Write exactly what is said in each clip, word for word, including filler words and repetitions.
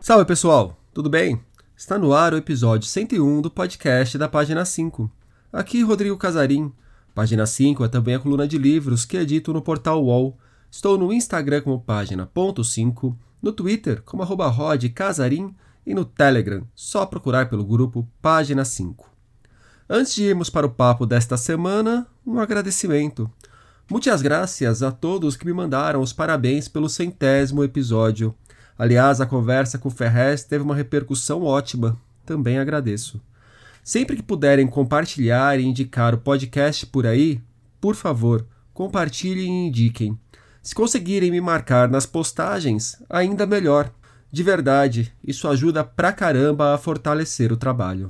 Salve pessoal, tudo bem? Está no ar o episódio cento e um do podcast da Página cinco. Aqui Rodrigo Casarim. Página cinco é também a coluna de livros que edito no portal U O L. Estou no Instagram como página ponto cinco, no Twitter como arroba Rod Casarim e no Telegram, só procurar pelo grupo Página cinco. Antes de irmos para o papo desta semana, um agradecimento. Muitas graças a todos que me mandaram os parabéns pelo centésimo episódio. Aliás, a conversa com o Ferrez teve uma repercussão ótima. Também agradeço. Sempre que puderem compartilhar e indicar o podcast por aí, por favor, compartilhem e indiquem. Se conseguirem me marcar nas postagens, ainda melhor. De verdade, isso ajuda pra caramba a fortalecer o trabalho.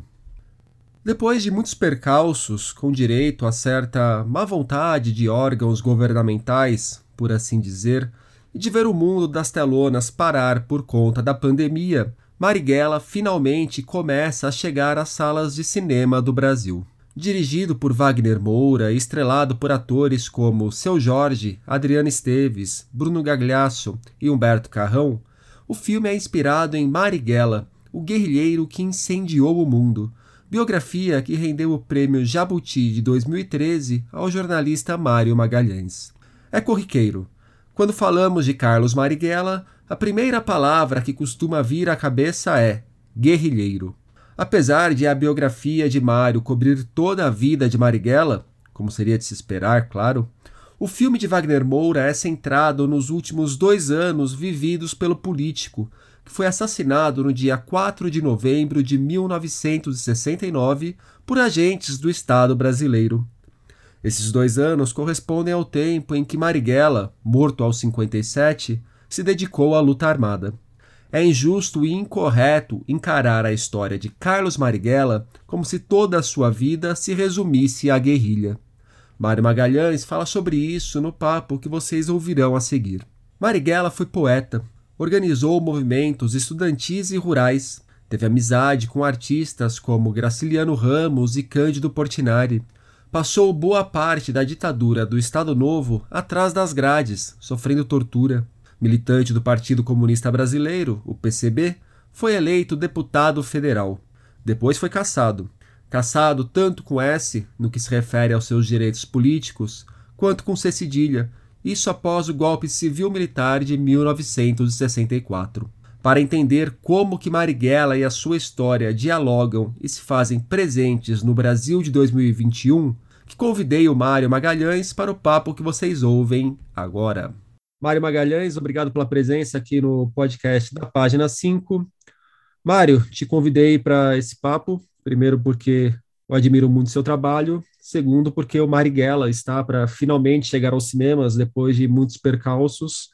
Depois de muitos percalços, com direito a certa má vontade de órgãos governamentais, por assim dizer, e de ver o mundo das telonas parar por conta da pandemia, Marighella finalmente começa a chegar às salas de cinema do Brasil. Dirigido por Wagner Moura e estrelado por atores como Seu Jorge, Adriana Esteves, Bruno Gagliasso e Humberto Carrão, o filme é inspirado em Marighella, o guerrilheiro que incendiou o mundo, biografia que rendeu o prêmio Jabuti de dois mil e treze ao jornalista Mário Magalhães. É corriqueiro. Quando falamos de Carlos Marighella, a primeira palavra que costuma vir à cabeça é guerrilheiro. Apesar de a biografia de Mário cobrir toda a vida de Marighella, como seria de se esperar, claro, o filme de Wagner Moura é centrado nos últimos dois anos vividos pelo político, que foi assassinado no dia quatro de novembro de mil novecentos e sessenta e nove por agentes do Estado brasileiro. Esses dois anos correspondem ao tempo em que Marighella, morto aos cinquenta e sete, se dedicou à luta armada. É injusto e incorreto encarar a história de Carlos Marighella como se toda a sua vida se resumisse à guerrilha. Mário Magalhães fala sobre isso no papo que vocês ouvirão a seguir. Marighella foi poeta, organizou movimentos estudantis e rurais, teve amizade com artistas como Graciliano Ramos e Cândido Portinari, passou boa parte da ditadura do Estado Novo atrás das grades, sofrendo tortura. Militante do Partido Comunista Brasileiro, o P C B, foi eleito deputado federal. Depois foi cassado. Cassado tanto com S, no que se refere aos seus direitos políticos, quanto com C cedilha, isso após o golpe civil-militar de mil novecentos e sessenta e quatro. Para entender como que Marighella e a sua história dialogam e se fazem presentes no Brasil de dois mil e vinte e um, que convidei o Mário Magalhães para o papo que vocês ouvem agora. Mário Magalhães, obrigado pela presença aqui no podcast da Página cinco. Mário, te convidei para esse papo, primeiro porque eu admiro muito seu trabalho, segundo porque o Marighella está para finalmente chegar aos cinemas depois de muitos percalços,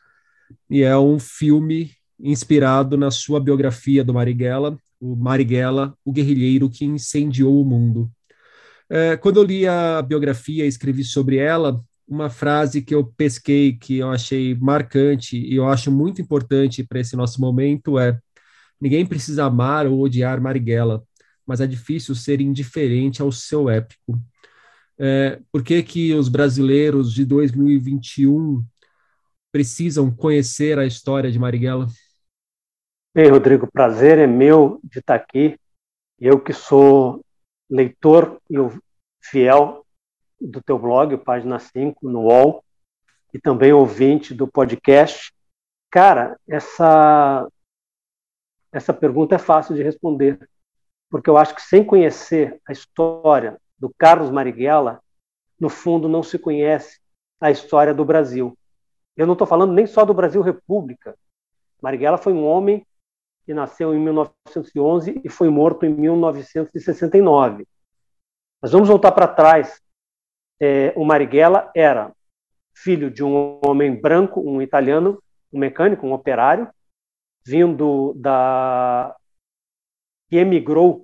e é um filme inspirado na sua biografia do Marighella, o Marighella, o guerrilheiro que incendiou o mundo. É, quando eu li a biografia e escrevi sobre ela, uma frase que eu pesquei, que eu achei marcante e eu acho muito importante para esse nosso momento é: ninguém precisa amar ou odiar Marighella, mas é difícil ser indiferente ao seu épico. É, por que que os brasileiros de dois mil e vinte e um precisam conhecer a história de Marighella? Bem, Rodrigo, prazer é meu de estar aqui. Eu que sou leitor e fiel do teu blog, Página cinco, no U O L, e também ouvinte do podcast. Cara, essa, essa pergunta é fácil de responder, porque eu acho que sem conhecer a história do Carlos Marighella, no fundo não se conhece a história do Brasil. Eu não estou falando nem só do Brasil República. Marighella foi um homem que nasceu em mil novecentos e onze e foi morto em mil novecentos e sessenta e nove. Mas vamos voltar para trás. É, o Marighella era filho de um homem branco, um italiano, um mecânico, um operário, vindo da... que emigrou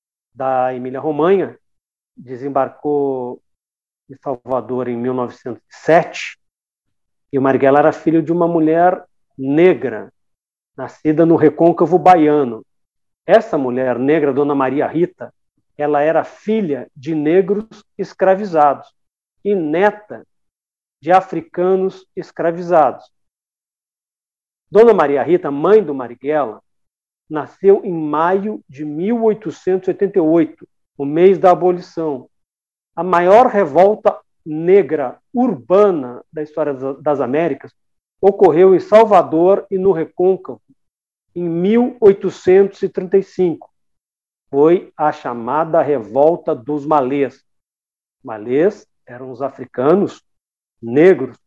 da Emília-Romanha, desembarcou em Salvador em mil novecentos e sete, e o Marighella era filho de uma mulher negra, nascida no recôncavo baiano. Essa mulher negra, Dona Maria Rita, ela era filha de negros escravizados e neta de africanos escravizados. Dona Maria Rita, mãe do Marighella, nasceu em maio de mil oitocentos e oitenta e oito, o mês da abolição. A maior revolta negra urbana da história das Américas ocorreu em Salvador e no Recôncavo, em mil oitocentos e trinta e cinco. Foi a chamada Revolta dos Malês. Malês eram os africanos negros,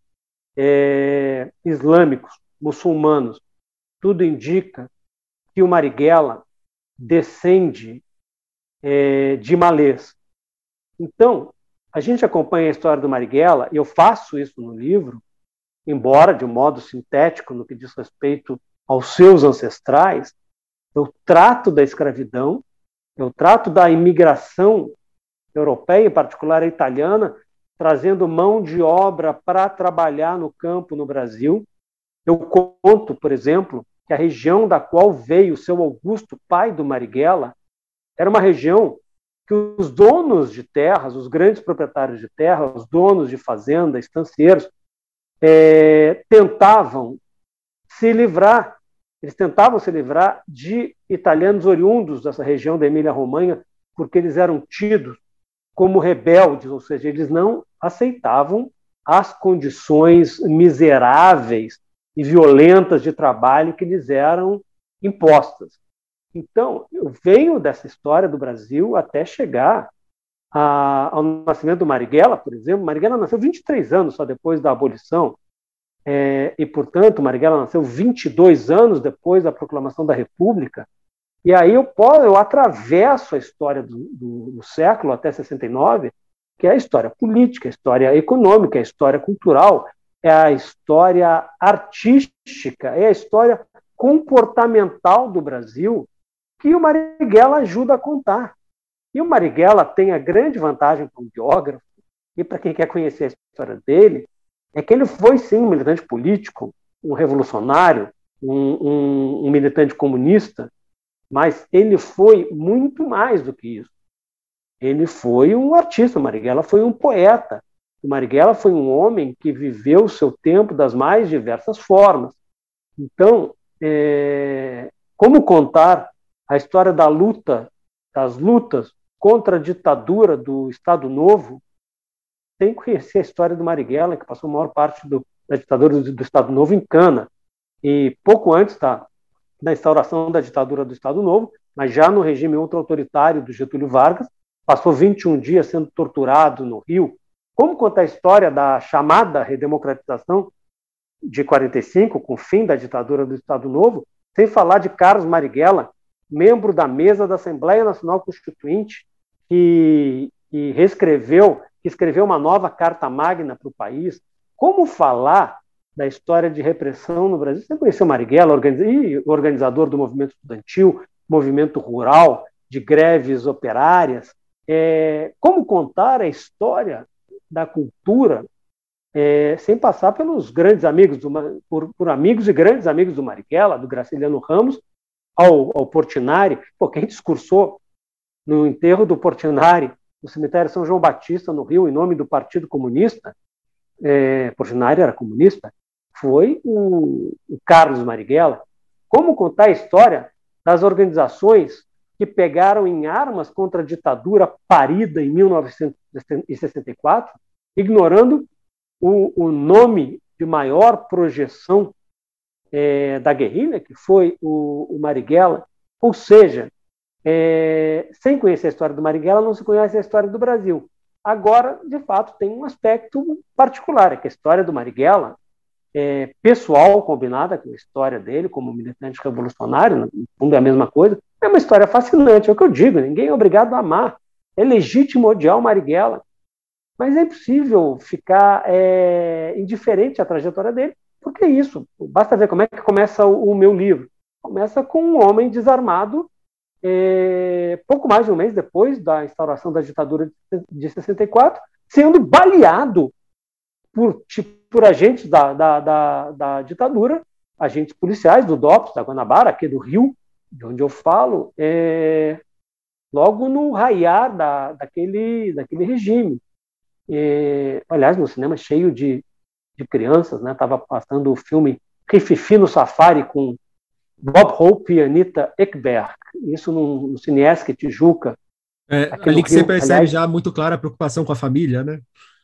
é, islâmicos, muçulmanos. Tudo indica que o Marighella descende é, de malês. Então, a gente acompanha a história do Marighella, e eu faço isso no livro, embora de um modo sintético, no que diz respeito aos seus ancestrais. Eu trato da escravidão, eu trato da imigração europeia, em particular a italiana, trazendo mão de obra para trabalhar no campo no Brasil. Eu conto, por exemplo, que a região da qual veio o seu Augusto, pai do Marighella, era uma região que os donos de terras, os grandes proprietários de terra, os donos de fazenda, estancieiros, é, tentavam se livrar, eles tentavam se livrar de italianos oriundos dessa região da Emília-Romanha, porque eles eram tidos como rebeldes, ou seja, eles não aceitavam as condições miseráveis e violentas de trabalho que lhes eram impostas. Então, eu venho dessa história do Brasil até chegar a, ao nascimento do Marighella, por exemplo. Marighella nasceu vinte e três anos só depois da abolição, é, e, portanto, Marighella nasceu vinte e dois anos depois da proclamação da República. E aí eu, posso, eu atravesso a história do, do, do século até sessenta e nove, que é a história política, a história econômica, a história cultural, é a história artística, é a história comportamental do Brasil, que o Marighella ajuda a contar. E o Marighella tem a grande vantagem para um biógrafo, e para quem quer conhecer a história dele, é que ele foi, sim, um militante político, um revolucionário, um, um, um militante comunista, mas ele foi muito mais do que isso. Ele foi um artista, o Marighella foi um poeta. O Marighella foi um homem que viveu o seu tempo das mais diversas formas. Então, é, como contar a história da luta, das lutas contra a ditadura do Estado Novo, tem que conhecer a história do Marighella, que passou a maior parte do, da ditadura do, do Estado Novo em Cana, e pouco antes da, da instauração da ditadura do Estado Novo, mas já no regime ultra-autoritário do Getúlio Vargas, passou vinte e um dias sendo torturado no Rio. Como contar a história da chamada redemocratização de quarenta e cinco, com o fim da ditadura do Estado Novo, sem falar de Carlos Marighella, membro da mesa da Assembleia Nacional Constituinte, que, que reescreveu, que escreveu uma nova Carta Magna para o país. Como falar da história de repressão no Brasil? Você conheceu Marighella, organizador do movimento estudantil, movimento rural, de greves operárias. É, como contar a história da cultura é, sem passar pelos grandes amigos, do, por, por amigos e grandes amigos do Marighella, do Graciliano Ramos, ao, ao Portinari? Pô, quem discursou no enterro do Portinari, no cemitério São João Batista, no Rio, em nome do Partido Comunista, é, Portinari era comunista, foi o, o Carlos Marighella. Como contar a história das organizações que pegaram em armas contra a ditadura parida em mil novecentos e sessenta e quatro, ignorando o, o nome de maior projeção é, da guerrilha, que foi o, o Marighella. Ou seja, é, sem conhecer a história do Marighella, não se conhece a história do Brasil. Agora, de fato, tem um aspecto particular, é que a história do Marighella, é, pessoal, combinada com a história dele como militante revolucionário, no fundo é a mesma coisa, é uma história fascinante, é o que eu digo, ninguém é obrigado a amar, é legítimo odiar o Marighella, mas é impossível ficar é, indiferente à trajetória dele, porque é isso, basta ver como é que começa o, o meu livro. Começa com um homem desarmado, é, pouco mais de um mês depois da instauração da ditadura de sessenta e quatro, sendo baleado por, por agentes da, da, da, da ditadura, agentes policiais do DOPS, da Guanabara, aqui do Rio, de onde eu falo, é, logo no raiar da, daquele, daquele regime. É, aliás, no cinema cheio de, de crianças, né? Estava passando o filme Rififi no Safari com Bob Hope e Anita Ekberg, isso no, no Cineesc Tijuca. É, ali que Rio. Você percebe Aliás, já muito clara a preocupação com a família, né?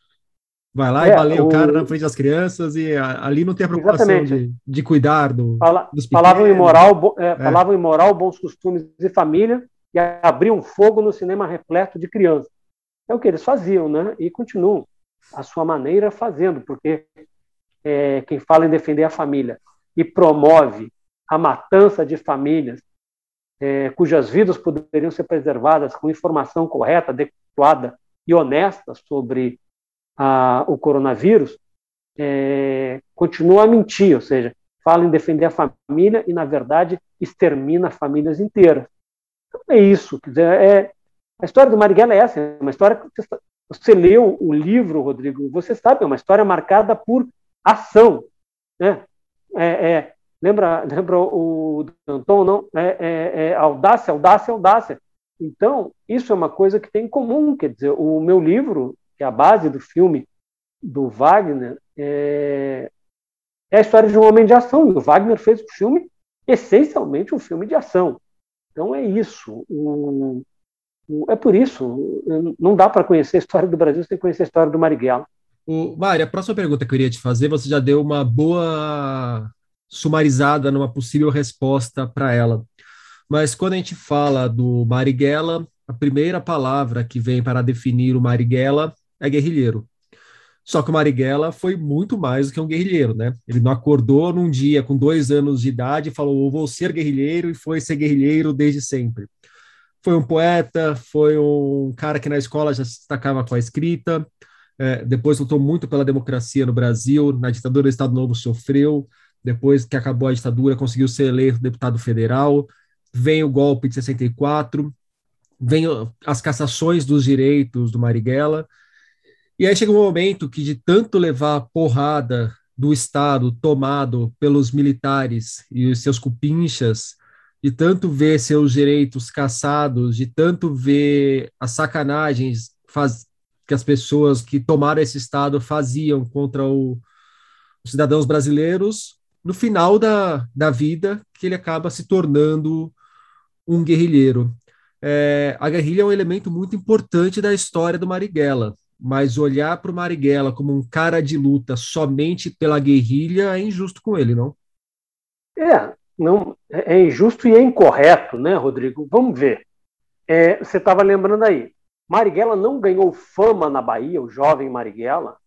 Vai lá é, e baleia o, o cara na frente das crianças e a, ali não tem a preocupação de, de cuidar do, Fala, dos pequenos. Falavam em moral, é, é. Falavam em moral, bons costumes e família e abriam fogo no cinema repleto de crianças. É o que eles faziam, né? E continuam à sua maneira fazendo, porque é, quem fala em defender a família e promove a matança de famílias é, cujas vidas poderiam ser preservadas com informação correta, adequada e honesta sobre a, o coronavírus, é, continua a mentir, ou seja, fala em defender a família e, na verdade, extermina famílias inteiras. Então, é isso. Quer dizer, é, a história do Marighella é essa, é uma história que você, você leu o livro, Rodrigo, você sabe, é uma história marcada por ação. Né? É, é, lembra, lembra o Danton, não? É, é, é audácia, audácia, audácia. Então, isso é uma coisa que tem em comum. Quer dizer, o meu livro, que é a base do filme do Wagner, é, é a história de um homem de ação. E o Wagner fez o filme, essencialmente, um filme de ação. Então, é isso. O, o, é por isso. Não dá para conhecer a história do Brasil sem conhecer a história do Marighella. O, Mari, a próxima pergunta que eu iria te fazer, você já deu uma boa sumarizada numa possível resposta para ela. Mas quando a gente fala do Marighella, a primeira palavra que vem para definir o Marighella é guerrilheiro. Só que o Marighella foi muito mais do que um guerrilheiro, né? Ele não acordou num dia com dois anos de idade e falou, vou ser guerrilheiro, e foi ser guerrilheiro desde sempre. Foi um poeta, foi um cara que na escola já se destacava com a escrita, é, depois lutou muito pela democracia no Brasil, na ditadura do Estado Novo sofreu, depois que acabou a ditadura conseguiu ser eleito deputado federal, vem o golpe de sessenta e quatro, vem as cassações dos direitos do Marighella. E aí chega um momento que, de tanto levar porrada do Estado tomado pelos militares e os seus cupinchas, de tanto ver seus direitos cassados, de tanto ver as sacanagens faz, que as pessoas que tomaram esse Estado faziam contra o, os cidadãos brasileiros, no final da, da vida, que ele acaba se tornando um guerrilheiro. É, a guerrilha é um elemento muito importante da história do Marighella, mas olhar para o Marighella como um cara de luta somente pela guerrilha é injusto com ele, não? É, não, é injusto e é incorreto, né, Rodrigo? Vamos ver. É, você estava lembrando aí, Marighella não ganhou fama na Bahia, o jovem Marighella,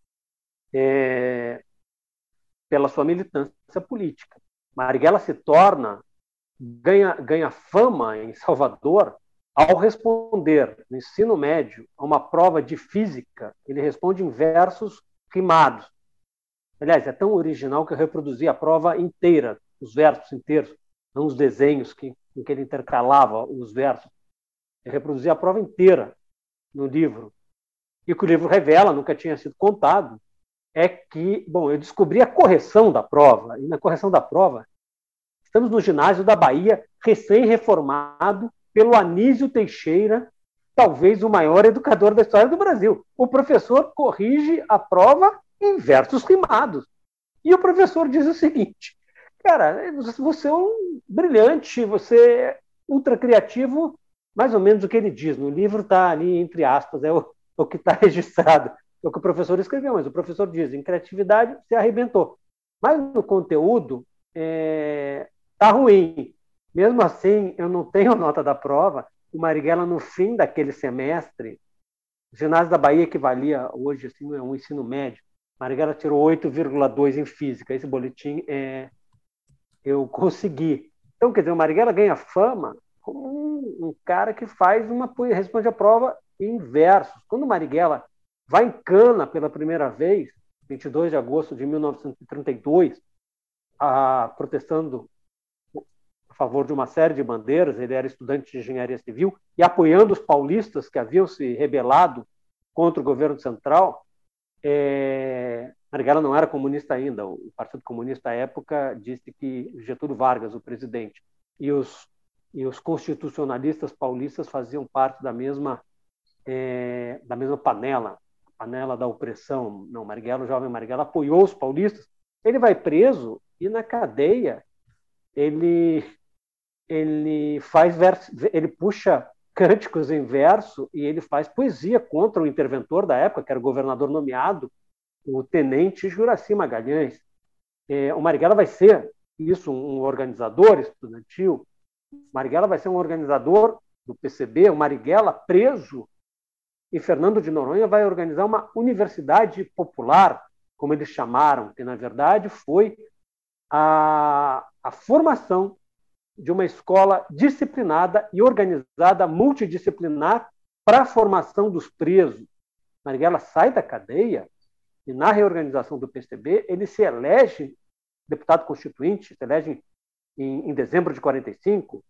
é, pela sua militância política. Marighella se torna, ganha, ganha fama em Salvador ao responder no ensino médio a uma prova de física. Ele responde em versos rimados. Aliás, é tão original que eu reproduzi a prova inteira, os versos inteiros, não os desenhos que, em que ele intercalava os versos. Eu reproduzi a prova inteira no livro. E o que o livro revela, nunca tinha sido contado, é que, bom, eu descobri a correção da prova, e na correção da prova, estamos no ginásio da Bahia, recém-reformado pelo Anísio Teixeira, talvez o maior educador da história do Brasil. O professor corrige a prova em versos rimados. E o professor diz o seguinte, cara, você é um brilhante, você é ultra criativo, mais ou menos o que ele diz. No livro está ali, entre aspas, é o, o que está registrado. É o que o professor escreveu, mas o professor diz, em criatividade, você arrebentou. Mas no conteúdo, é, tá ruim. Mesmo assim, eu não tenho nota da prova. O Marighella, no fim daquele semestre, o ginásio da Bahia equivalia hoje assim, a um ensino médio. Marighella tirou oito vírgula dois em física. Esse boletim é, eu consegui. Então, quer dizer, o Marighella ganha fama como um, um cara que faz uma responde a prova em versos. Quando o Marighella vai em Cana pela primeira vez, vinte e dois de agosto de mil novecentos e trinta e dois, a, protestando a favor de uma série de bandeiras, ele era estudante de engenharia civil, e apoiando os paulistas que haviam se rebelado contra o governo central. É... Marighella não era comunista ainda, o Partido Comunista à época disse que Getúlio Vargas, o presidente, e os, e os constitucionalistas paulistas faziam parte da mesma, é... da mesma panela, panela da opressão. Não, Marighella, o jovem Marighella, apoiou os paulistas, ele vai preso e na cadeia ele ele faz vers... ele puxa cânticos em verso e ele faz poesia contra o interventor da época, que era o governador nomeado, o tenente Juraci Magalhães. É, o Marighella vai ser isso, um organizador estudantil. Marighella vai ser um organizador do P C B, o Marighella preso, e Fernando de Noronha vai organizar uma universidade popular, como eles chamaram, que na verdade foi a, a formação de uma escola disciplinada e organizada, multidisciplinar, para a formação dos presos. Marighella sai da cadeia e, na reorganização do P C B, ele se elege deputado constituinte, se elege em, em dezembro de quarenta e cinco.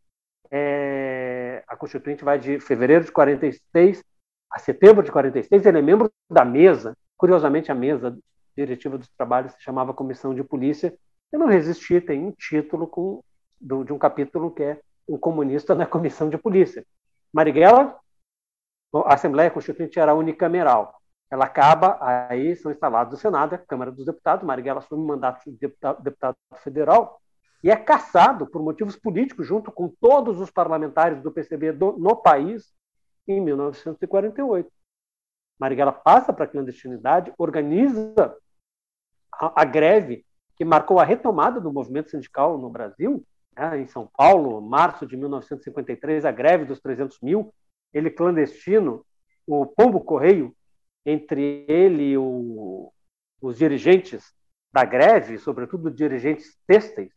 É, a Constituinte vai de fevereiro de quarenta e seis a setembro de quarenta e seis. Ele é membro da mesa. Curiosamente, a mesa diretiva dos trabalhos se chamava Comissão de Polícia. Eu não resisti, tem um título com, do, de um capítulo que é um comunista na Comissão de Polícia. Marighella, a Assembleia Constituinte era unicameral. Ela acaba, aí são instalados o Senado, a Câmara dos Deputados. Marighella assume o mandato de deputado, deputado federal e é cassado por motivos políticos, junto com todos os parlamentares do P C B do, no país, em mil novecentos e quarenta e oito. Marighella passa para a clandestinidade, organiza a, a greve que marcou a retomada do movimento sindical no Brasil, né, em São Paulo, março de mil novecentos e cinquenta e três, a greve dos trezentos mil, ele clandestino, o Pombo Correio, entre ele e o, os dirigentes da greve, sobretudo dirigentes têxteis,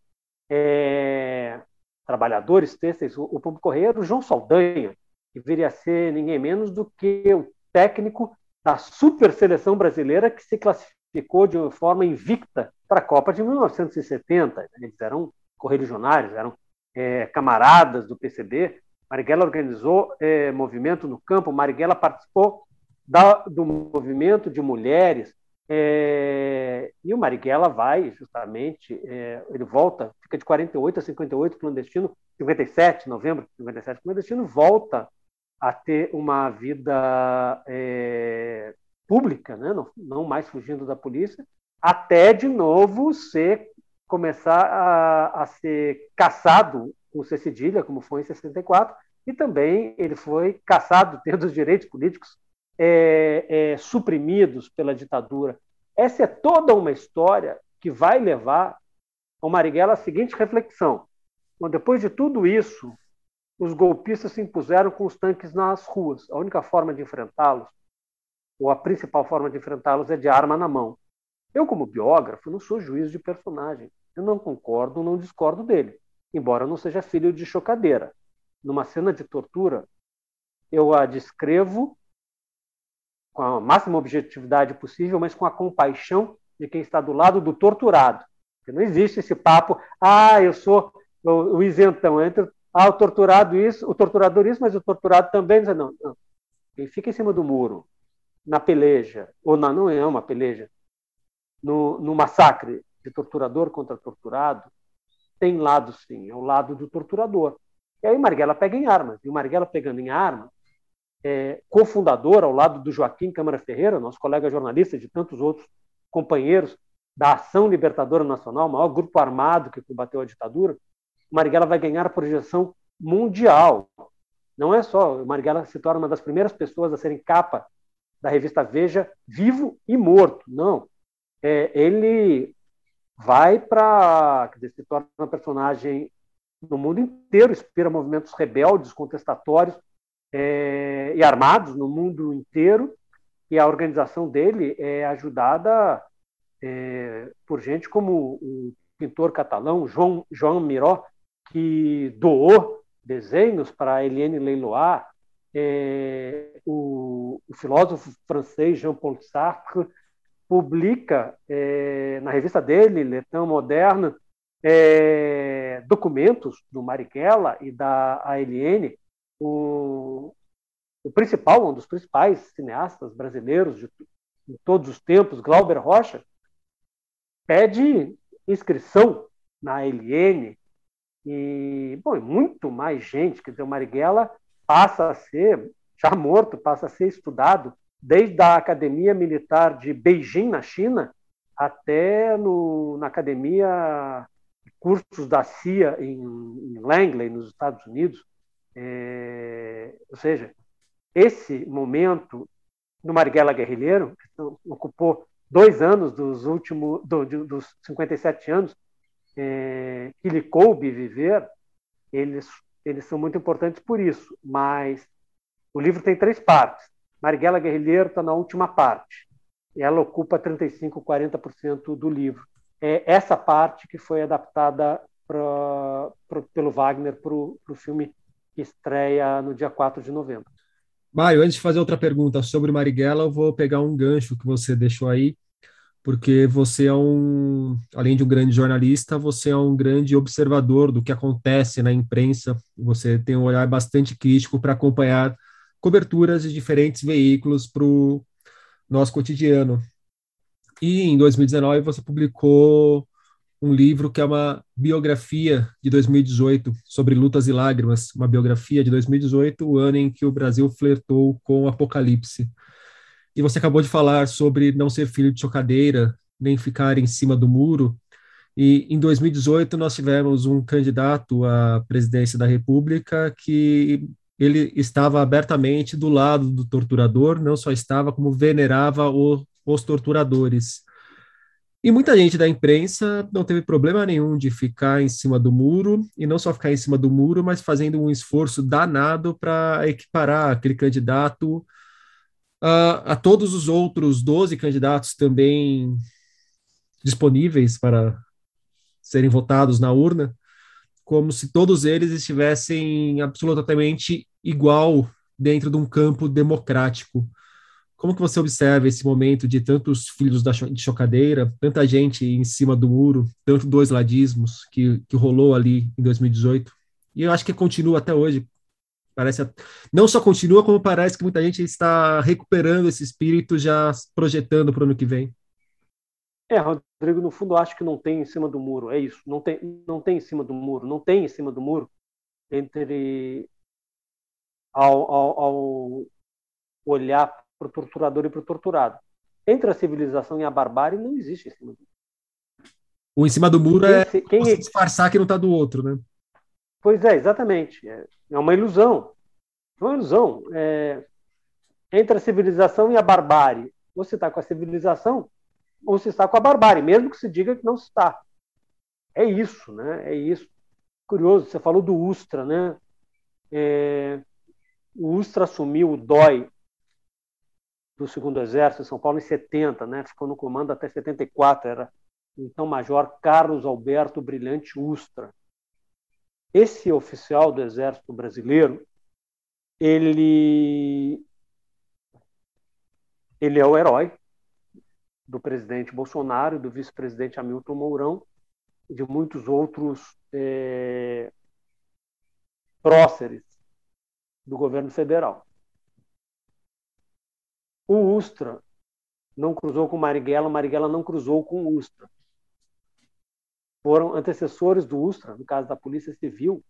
é, trabalhadores têxteis, o, o Pombo Correio era o João Saldanha, que viria a ser ninguém menos do que o técnico da super seleção brasileira que se classificou de forma invicta para a Copa de mil novecentos e setenta. Eles eram correligionários, eram é, camaradas do P C B. Marighella organizou é, movimento no campo, Marighella participou da, do movimento de mulheres, é, e o Marighella vai justamente, é, ele volta, fica de quarenta e oito a cinquenta e oito clandestino, cinquenta e sete, novembro de cinquenta e sete clandestino, volta a ter uma vida é, pública, né? não, não mais fugindo da polícia, até de novo ser, começar a, a ser caçado com C cedilha, como foi em sessenta e quatro, e também ele foi caçado, tendo os direitos políticos é, é, suprimidos pela ditadura. Essa é toda uma história que vai levar ao Marighella a seguinte reflexão. Bom, depois de tudo isso, os golpistas se impuseram com os tanques nas ruas. A única forma de enfrentá-los, ou a principal forma de enfrentá-los, é de arma na mão. Eu, como biógrafo, não sou juiz de personagem. Eu não concordo, não discordo dele, embora eu não seja filho de chocadeira. Numa cena de tortura, eu a descrevo com a máxima objetividade possível, mas com a compaixão de quem está do lado do torturado. Porque não existe esse papo, ah, eu sou o, o isentão, entre ah, o torturado isso, o torturador isso, mas o torturado também. Não, não. Quem fica em cima do muro, na peleja, ou na, não é uma peleja, no, no massacre de torturador contra torturado, tem lado sim, é o lado do torturador. E aí Marighella pega em armas, e o Marighella pegando em armas, é, cofundador, ao lado do Joaquim Câmara Ferreira, nosso colega jornalista, de tantos outros companheiros da Ação Libertadora Nacional, o maior grupo armado que combateu a ditadura, o Marighella vai ganhar a projeção mundial. Não é só, o Marighella se torna uma das primeiras pessoas a serem capa da revista Veja, vivo e morto. Não. É, ele vai para... se torna um personagem no mundo inteiro, inspira movimentos rebeldes, contestatórios é, e armados no mundo inteiro, e a organização dele é ajudada é, por gente como o pintor catalão João, João Miró, que doou desenhos para Eliane Leiloir, é, o, o filósofo francês Jean-Paul Sartre publica é, na revista dele, Le Temps Moderne, é, documentos do Marighella e da Eliane. O, o principal, um dos principais cineastas brasileiros de, de todos os tempos, Glauber Rocha, pede inscrição na Eliane, e, bom, muito mais gente. Quer dizer, o Marighella passa a ser, já morto, passa a ser estudado desde a Academia Militar de Beijing, na China, até no, na Academia cursos da C I A em, em Langley, nos Estados Unidos. É, ou seja, esse momento do Marighella guerrilheiro, que ocupou dois anos dos últimos do, dos cinquenta e sete anos é, que lhe coube viver, eles, eles são muito importantes por isso. Mas o livro tem três partes. Marighella guerrilheiro está na última parte. E ela ocupa trinta e cinco, quarenta por cento do livro. É essa parte que foi adaptada pra, pra, pelo Wagner para o filme que estreia no dia quatro de novembro. Maio, antes de fazer outra pergunta sobre o Marighella, eu vou pegar um gancho que você deixou aí, porque você é um, além de um grande jornalista, você é um grande observador do que acontece na imprensa, você tem um olhar bastante crítico para acompanhar coberturas de diferentes veículos para o nosso cotidiano. E em dois mil e dezenove você publicou um livro que é uma biografia de dois mil e dezoito sobre lutas e lágrimas, uma biografia de dois mil e dezoito, o ano em que o Brasil flertou com o apocalipse. E você acabou de falar sobre não ser filho de chocadeira, nem ficar em cima do muro. E em dois mil e dezoito nós tivemos um candidato à presidência da República que ele estava abertamente do lado do torturador, não só estava, como venerava o, os torturadores. E muita gente da imprensa não teve problema nenhum de ficar em cima do muro, e não só ficar em cima do muro, mas fazendo um esforço danado para equiparar aquele candidato a, a todos os outros doze candidatos também disponíveis para serem votados na urna, como se todos eles estivessem absolutamente igual dentro de um campo democrático. Como que você observa esse momento de tantos filhos da cho de chocadeira, tanta gente em cima do muro, tanto dois ladismos que, que rolou ali em dois mil e dezoito? E eu acho que continua até hoje. Parece, não só continua, como parece que muita gente está recuperando esse espírito, já projetando para o ano que vem. É, Rodrigo, no fundo, acho que não tem em cima do muro, é isso. Não tem, não tem em cima do muro, não tem em cima do muro entre ao, ao, ao olhar para o torturador e para o torturado. Entre a civilização e a barbárie não existe em cima do muro. O em cima do muro é quem, quem você disfarçar que não está do outro, né? Pois é, exatamente. É, é uma ilusão. É uma ilusão. É, entre a civilização e a barbárie, ou você está com a civilização, ou se está com a barbárie, mesmo que se diga que não se está. É isso, né? É isso. Curioso, você falou do Ustra, né? É, o Ustra assumiu o D O I do segundo Exército em São Paulo em setenta, né? Ficou no comando até setenta e quatro, era então Major Carlos Alberto Brilhante Ustra. Esse oficial do Exército Brasileiro, ele, ele é o herói do presidente Bolsonaro, do vice-presidente Hamilton Mourão e de muitos outros é, próceres do governo federal. O Ustra não cruzou com o Marighella, o Marighella não cruzou com o Ustra. Foram antecessores do Ustra, no caso da Polícia Civil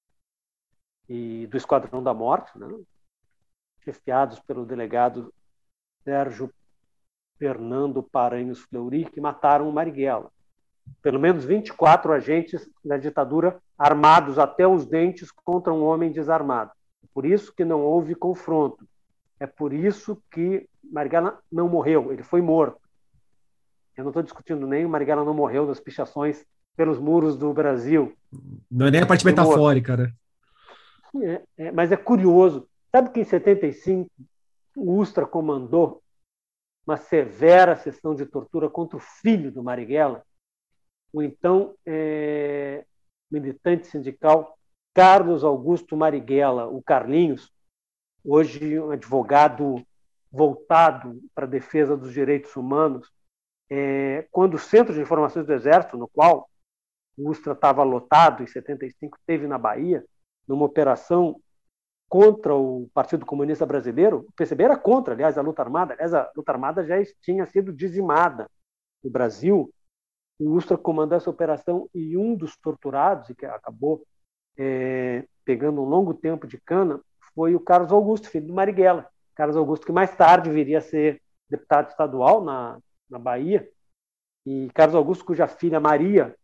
e do Esquadrão da Morte, né? Chefiados pelo delegado Sérgio Fernando Paranhos Fleury, que mataram o Marighella. Pelo menos vinte e quatro agentes da ditadura armados até os dentes contra um homem desarmado. Por isso que não houve confronto. É por isso que Marighella não morreu, ele foi morto. Eu não estou discutindo nem o Marighella não morreu das pichações pelos muros do Brasil. Não é nem a parte metafórica, né? É, é, mas é curioso. Sabe que em setenta e cinco o Ustra comandou uma severa sessão de tortura contra o filho do Marighella, o então é, militante sindical Carlos Augusto Marighella, o Carlinhos, hoje um advogado voltado para a defesa dos direitos humanos, é, quando o Centro de Informações do Exército, no qual o Ustra estava lotado, em setenta e cinco, teve na Bahia, numa operação contra o Partido Comunista Brasileiro, o P C B era contra, aliás, a luta armada, aliás, a luta armada já tinha sido dizimada no Brasil, o Ustra comandou essa operação e um dos torturados, e que acabou é, pegando um longo tempo de cana, foi o Carlos Augusto, filho do Marighella. Carlos Augusto, que mais tarde viria a ser deputado estadual na, na Bahia, e Carlos Augusto, cuja filha Maria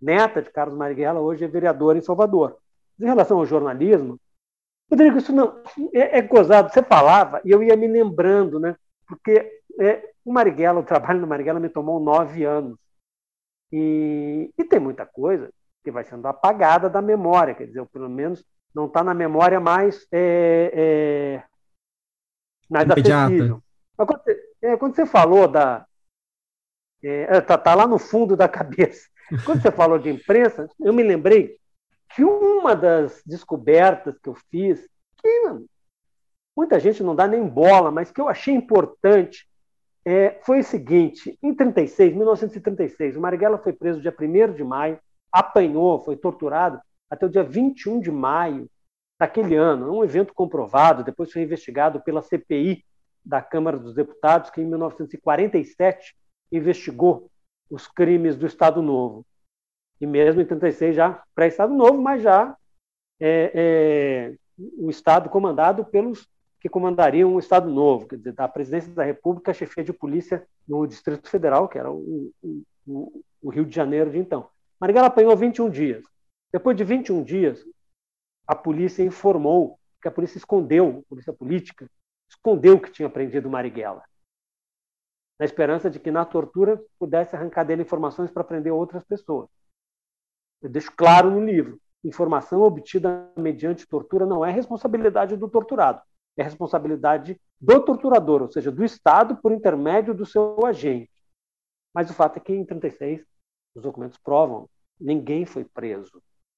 neta de Carlos Marighella, hoje é vereadora em Salvador. Em relação ao jornalismo, Rodrigo, isso não é, é gozado. Você falava e eu ia me lembrando, né? Porque é, o Marighella, o trabalho no Marighella me tomou nove anos. E, e tem muita coisa que vai sendo apagada da memória, quer dizer, ou pelo menos não está na memória mais, é, é, mais acessível. Mas quando, você, é, quando você falou da... É, tá, tá lá no fundo da cabeça. Quando você falou de imprensa, eu me lembrei que uma das descobertas que eu fiz, que muita gente não dá nem bola, mas que eu achei importante, é, foi o seguinte: em trinta e seis, mil novecentos e trinta e seis, o Marighella foi preso dia primeiro de maio, apanhou, foi torturado até o dia vinte e um de maio daquele ano. É um evento comprovado, depois foi investigado pela C P I da Câmara dos Deputados, que em mil novecentos e quarenta e sete investigou os crimes do Estado Novo. E mesmo em trinta e seis já pré-Estado Novo, mas já é, é, o Estado comandado pelos que comandariam o Estado Novo, quer dizer, da Presidência da República, a chefia de polícia no Distrito Federal, que era o, o, o Rio de Janeiro de então. Marighella apanhou vinte e um dias. Depois de vinte e um dias, a polícia informou que a polícia escondeu, a polícia política, escondeu que tinha prendido Marighella, na esperança de que na tortura pudesse arrancar dele informações para prender outras pessoas. Eu deixo claro no livro: informação obtida mediante tortura não é responsabilidade do torturado, é responsabilidade do torturador, ou seja, do Estado por intermédio do seu agente. Mas o fato é que em trinta e seis, os documentos provam, ninguém foi preso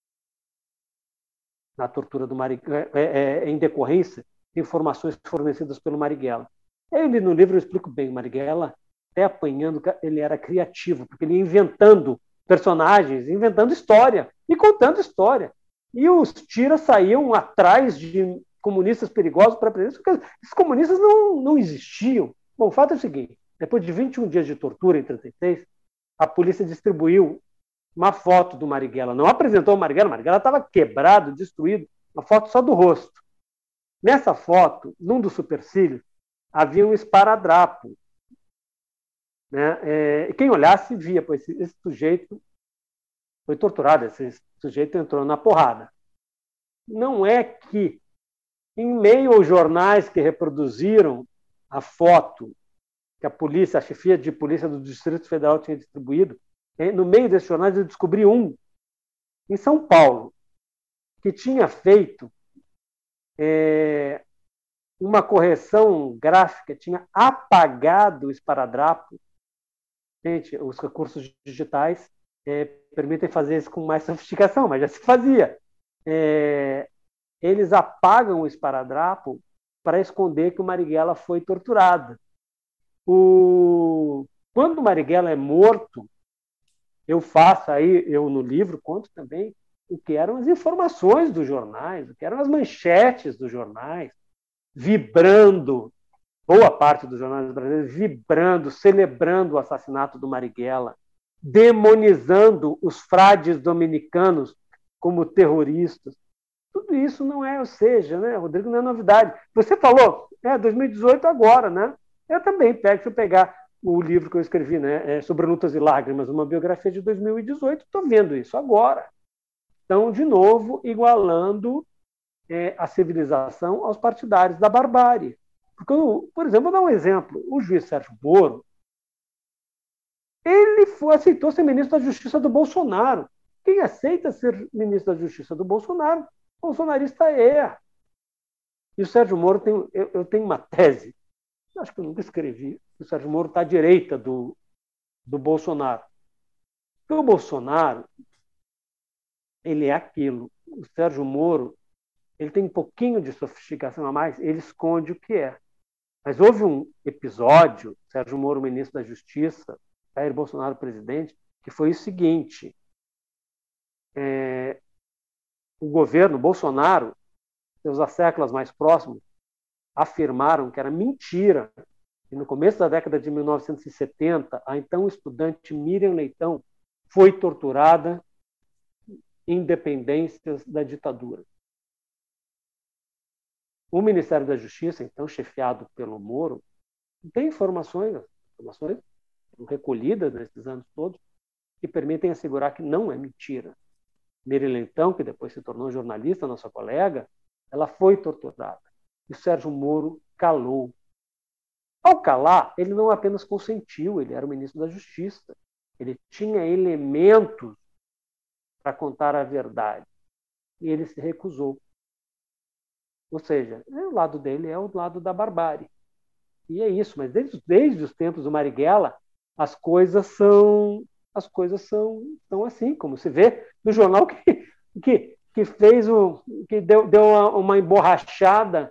na tortura do Marighella, é, é, em decorrência de informações fornecidas pelo Marighella. Ele, no livro, eu explico bem: o Marighella, até apanhando, ele era criativo, porque ele ia inventando personagens, inventando história e contando história. E os tiras saíam atrás de comunistas perigosos para prender, porque esses comunistas não, não existiam. Bom, o fato é o seguinte: depois de vinte e um dias de tortura em trinta e seis, a polícia distribuiu uma foto do Marighella. Não apresentou o Marighella, o Marighella estava quebrado, destruído, uma foto só do rosto. Nessa foto, num dos supercílios, havia um esparadrapo. Né? É, e quem olhasse via, pois esse, esse sujeito foi torturado, esse sujeito entrou na porrada. Não é que, em meio aos jornais que reproduziram a foto que a polícia, a chefia de polícia do Distrito Federal tinha distribuído, no meio desses jornais eu descobri um em São Paulo que tinha feito é, uma correção gráfica, tinha apagado o esparadrapo. Gente, os recursos digitais é, permitem fazer isso com mais sofisticação, mas já se fazia. É, eles apagam o esparadrapo para esconder que o Marighella foi torturado. O... Quando o Marighella é morto, eu faço aí, eu no livro conto também o que eram as informações dos jornais, o que eram as manchetes dos jornais, vibrando, boa parte dos jornais brasileiros vibrando, celebrando o assassinato do Marighella, demonizando os frades dominicanos como terroristas. Tudo isso não é, ou seja, né, Rodrigo, não é novidade. Você falou, é dois mil e dezoito agora, né? Eu também pego, se eu pegar o livro que eu escrevi, né, é Sobre Lutas e Lágrimas, uma biografia de dois mil e dezoito, estou vendo isso agora. Então, de novo, igualando é, a civilização aos partidários da barbárie. Porque, por exemplo, vou dar um exemplo. O juiz Sérgio Moro, ele foi, aceitou ser ministro da Justiça do Bolsonaro. Quem aceita ser ministro da Justiça do Bolsonaro, bolsonarista é. E o Sérgio Moro tem, eu, eu tenho uma tese, acho que eu nunca escrevi, o Sérgio Moro está à direita do, do Bolsonaro. Porque o Bolsonaro, ele é aquilo. O Sérgio Moro, ele tem um pouquinho de sofisticação a mais, ele esconde o que é. Mas houve um episódio, Sérgio Moro, ministro da Justiça, Jair Bolsonaro, presidente, que foi o seguinte: é, o governo Bolsonaro, seus asseclas mais próximos, afirmaram que era mentira. E no começo da década de mil novecentos e setenta, a então estudante Miriam Leitão foi torturada em dependências da ditadura. O Ministério da Justiça, então chefiado pelo Moro, tem informações, informações recolhidas nesses anos todos, que permitem assegurar que não é mentira. Miri Leitão, que depois se tornou jornalista, nossa colega, ela foi torturada. E o Sérgio Moro calou. Ao calar, ele não apenas consentiu, ele era o ministro da Justiça. Ele tinha elementos para contar a verdade. E ele se recusou. Ou seja, o lado dele é o lado da barbárie. E é isso, mas desde, desde os tempos do Marighella, as coisas são as coisas são, são assim, como se vê no jornal que, que, que fez o que deu, deu uma, uma emborrachada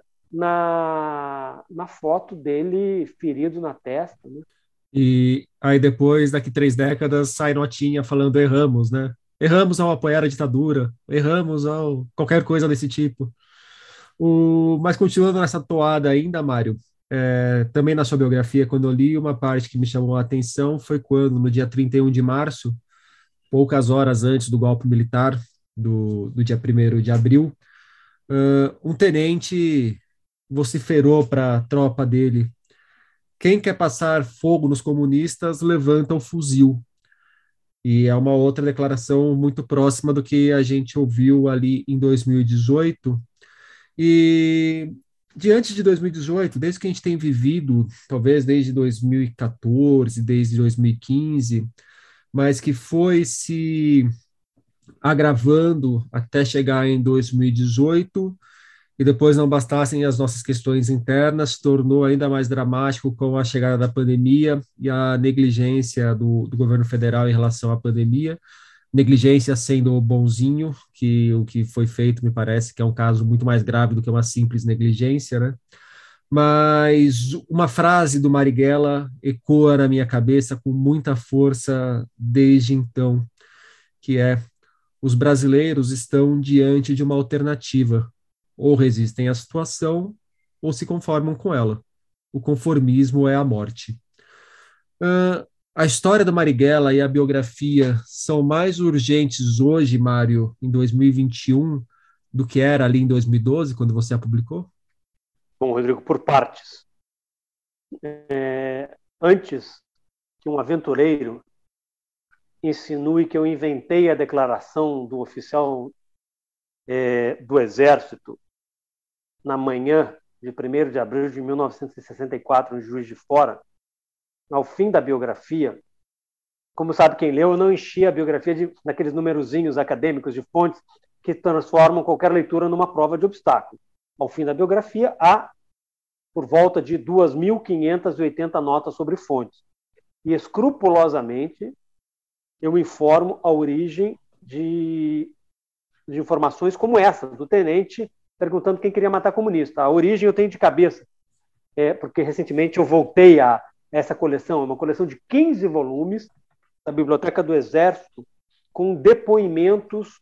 na, na foto dele ferido na testa, né? E aí depois, daqui três décadas, sai notinha falando erramos, né? Erramos ao apoiar a ditadura, erramos ao qualquer coisa desse tipo. O... Mas continuando nessa toada ainda, Mário, é, também na sua biografia, quando eu li, uma parte que me chamou a atenção foi quando, no dia trinta e um de março, poucas horas antes do golpe militar, do, do dia primeiro de abril, uh, um tenente vociferou para a tropa dele: quem quer passar fogo nos comunistas, levanta o fuzil. E é uma outra declaração muito próxima do que a gente ouviu ali em dois mil e dezoito. E diante de dois mil e dezoito, desde que a gente tem vivido, talvez desde dois mil e quatorze, desde dois mil e quinze, mas que foi se agravando até chegar em dois mil e dezoito, e depois não bastassem as nossas questões internas, tornou ainda mais dramático com a chegada da pandemia e a negligência do, do governo federal em relação à pandemia. Negligência sendo o bonzinho, que o que foi feito me parece que é um caso muito mais grave do que uma simples negligência, né? Mas uma frase do Marighella ecoa na minha cabeça com muita força desde então, que é: os brasileiros estão diante de uma alternativa, ou resistem à situação, ou se conformam com ela. O conformismo é a morte. Uh, a história do Marighella e a biografia são mais urgentes hoje, Mário, em dois mil e vinte e um, do que era ali em dois mil e doze, quando você a publicou? Bom, Rodrigo, por partes. É, antes que um aventureiro insinue que eu inventei a declaração do oficial é, do Exército na manhã de primeiro de abril de mil novecentos e sessenta e quatro, em Juiz de Fora, ao fim da biografia, como sabe quem leu, eu não enchi a biografia de, daqueles numerozinhos acadêmicos de fontes que transformam qualquer leitura numa prova de obstáculo. Ao fim da biografia, há por volta de duas mil quinhentas e oitenta notas sobre fontes. E escrupulosamente eu informo a origem de, de informações como essa, do tenente perguntando quem queria matar comunista. A origem eu tenho de cabeça, é, porque recentemente eu voltei a essa coleção, é uma coleção de quinze volumes da Biblioteca do Exército, com depoimentos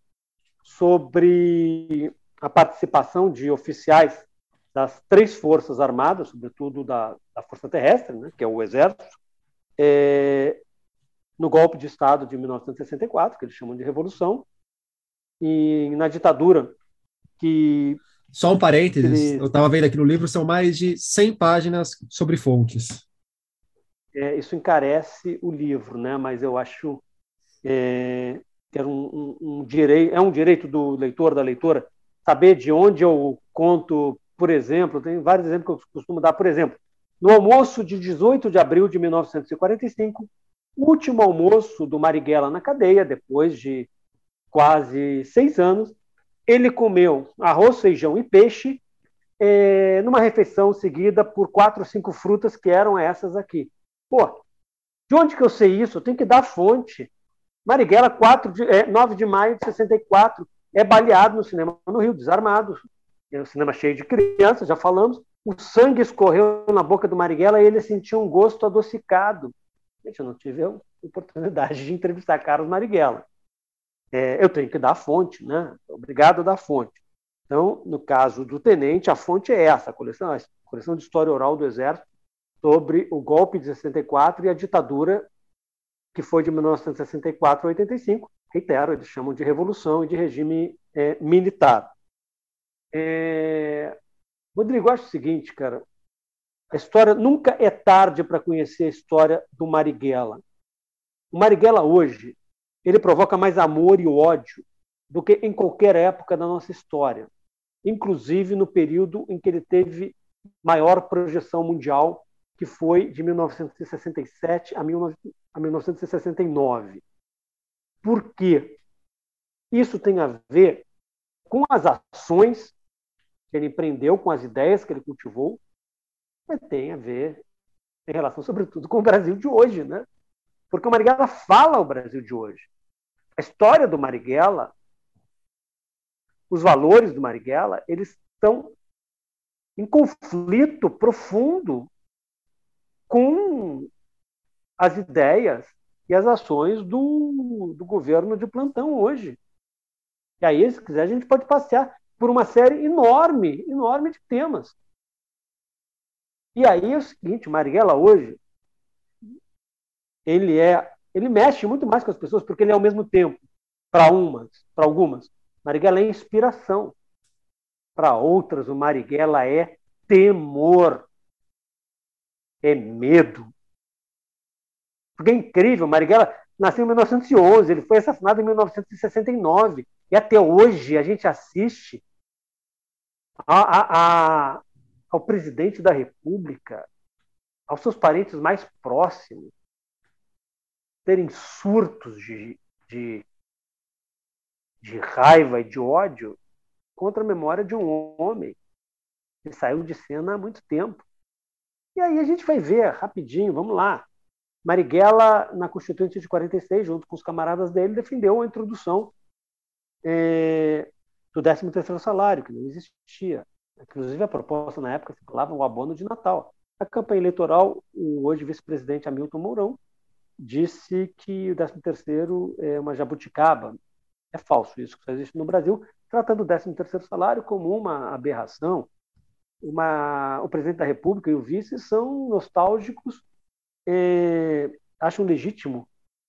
sobre a participação de oficiais das três forças armadas, sobretudo da, da Força Terrestre, né, que é o Exército, é, no golpe de Estado de mil novecentos e sessenta e quatro, que eles chamam de Revolução, e na ditadura que... Só um parênteses, eles... eu estava vendo aqui no livro, são mais de cem páginas sobre fontes. É, isso encarece o livro, né? Mas eu acho é, que era um, um, um direito, é um direito do leitor, da leitora, saber de onde eu conto, por exemplo, tem vários exemplos que eu costumo dar, por exemplo, no almoço de dezoito de abril de mil novecentos e quarenta e cinco, último almoço do Marighella na cadeia, depois de quase seis anos, ele comeu arroz, feijão e peixe, é, numa refeição seguida por quatro ou cinco frutas, que eram essas aqui. Pô, de onde que eu sei isso? Eu tenho que dar a fonte. Marighella, quatro de, é, nove de maio de sessenta e quatro, é baleado no cinema no Rio, desarmado. É um cinema cheio de crianças, já falamos. O sangue escorreu na boca do Marighella e ele sentiu um gosto adocicado. Gente, eu não tive a oportunidade de entrevistar Carlos Marighella. É, eu tenho que dar a fonte, né? Obrigado a dar a fonte. Então, no caso do tenente, a fonte é essa, a coleção, a coleção de história oral do Exército sobre o golpe de sessenta e quatro e a ditadura que foi de mil novecentos e sessenta e quatro a oitenta e cinco. Reitero, eles chamam de revolução e de regime é, militar. É... Rodrigo, eu acho o seguinte, cara, a história nunca é tarde para conhecer a história do Marighella. O Marighella hoje ele provoca mais amor e ódio do que em qualquer época da nossa história, inclusive no período em que ele teve maior projeção mundial, que foi de mil novecentos e sessenta e sete a mil novecentos e sessenta e nove. Por quê? Isso tem a ver com as ações que ele empreendeu, com as ideias que ele cultivou, mas tem a ver em relação, sobretudo, com o Brasil de hoje, né? Porque o Marighella fala o Brasil de hoje. A história do Marighella, os valores do Marighella, eles estão em conflito profundo com as ideias e as ações do, do governo de plantão hoje. E aí, se quiser, a gente pode passear por uma série enorme, enorme de temas. E aí é o seguinte, o Marighella hoje, ele é, ele mexe muito mais com as pessoas, porque ele é ao mesmo tempo, para umas, para algumas, Marighella é inspiração. Para outras, o Marighella é temor, é medo. Porque é incrível, o Marighella nasceu em mil novecentos e onze, ele foi assassinado em mil novecentos e sessenta e nove, e até hoje a gente assiste a, a, a, ao presidente da República, aos seus parentes mais próximos, terem surtos de, de, de raiva e de ódio contra a memória de um homem que saiu de cena há muito tempo. E aí a gente vai ver rapidinho, vamos lá. Marighella, na Constituinte de quarenta e seis, junto com os camaradas dele, defendeu a introdução é, do décimo terceiro salário, que não existia. Inclusive, a proposta na época se falava o abono de Natal. Na campanha eleitoral, o hoje vice-presidente Hamilton Mourão disse que o décimo terceiro é uma jabuticaba. É falso isso, que só existe no Brasil, tratando o décimo terceiro salário como uma aberração. Uma... O presidente da República e o vice são nostálgicos, é... acham legítimo.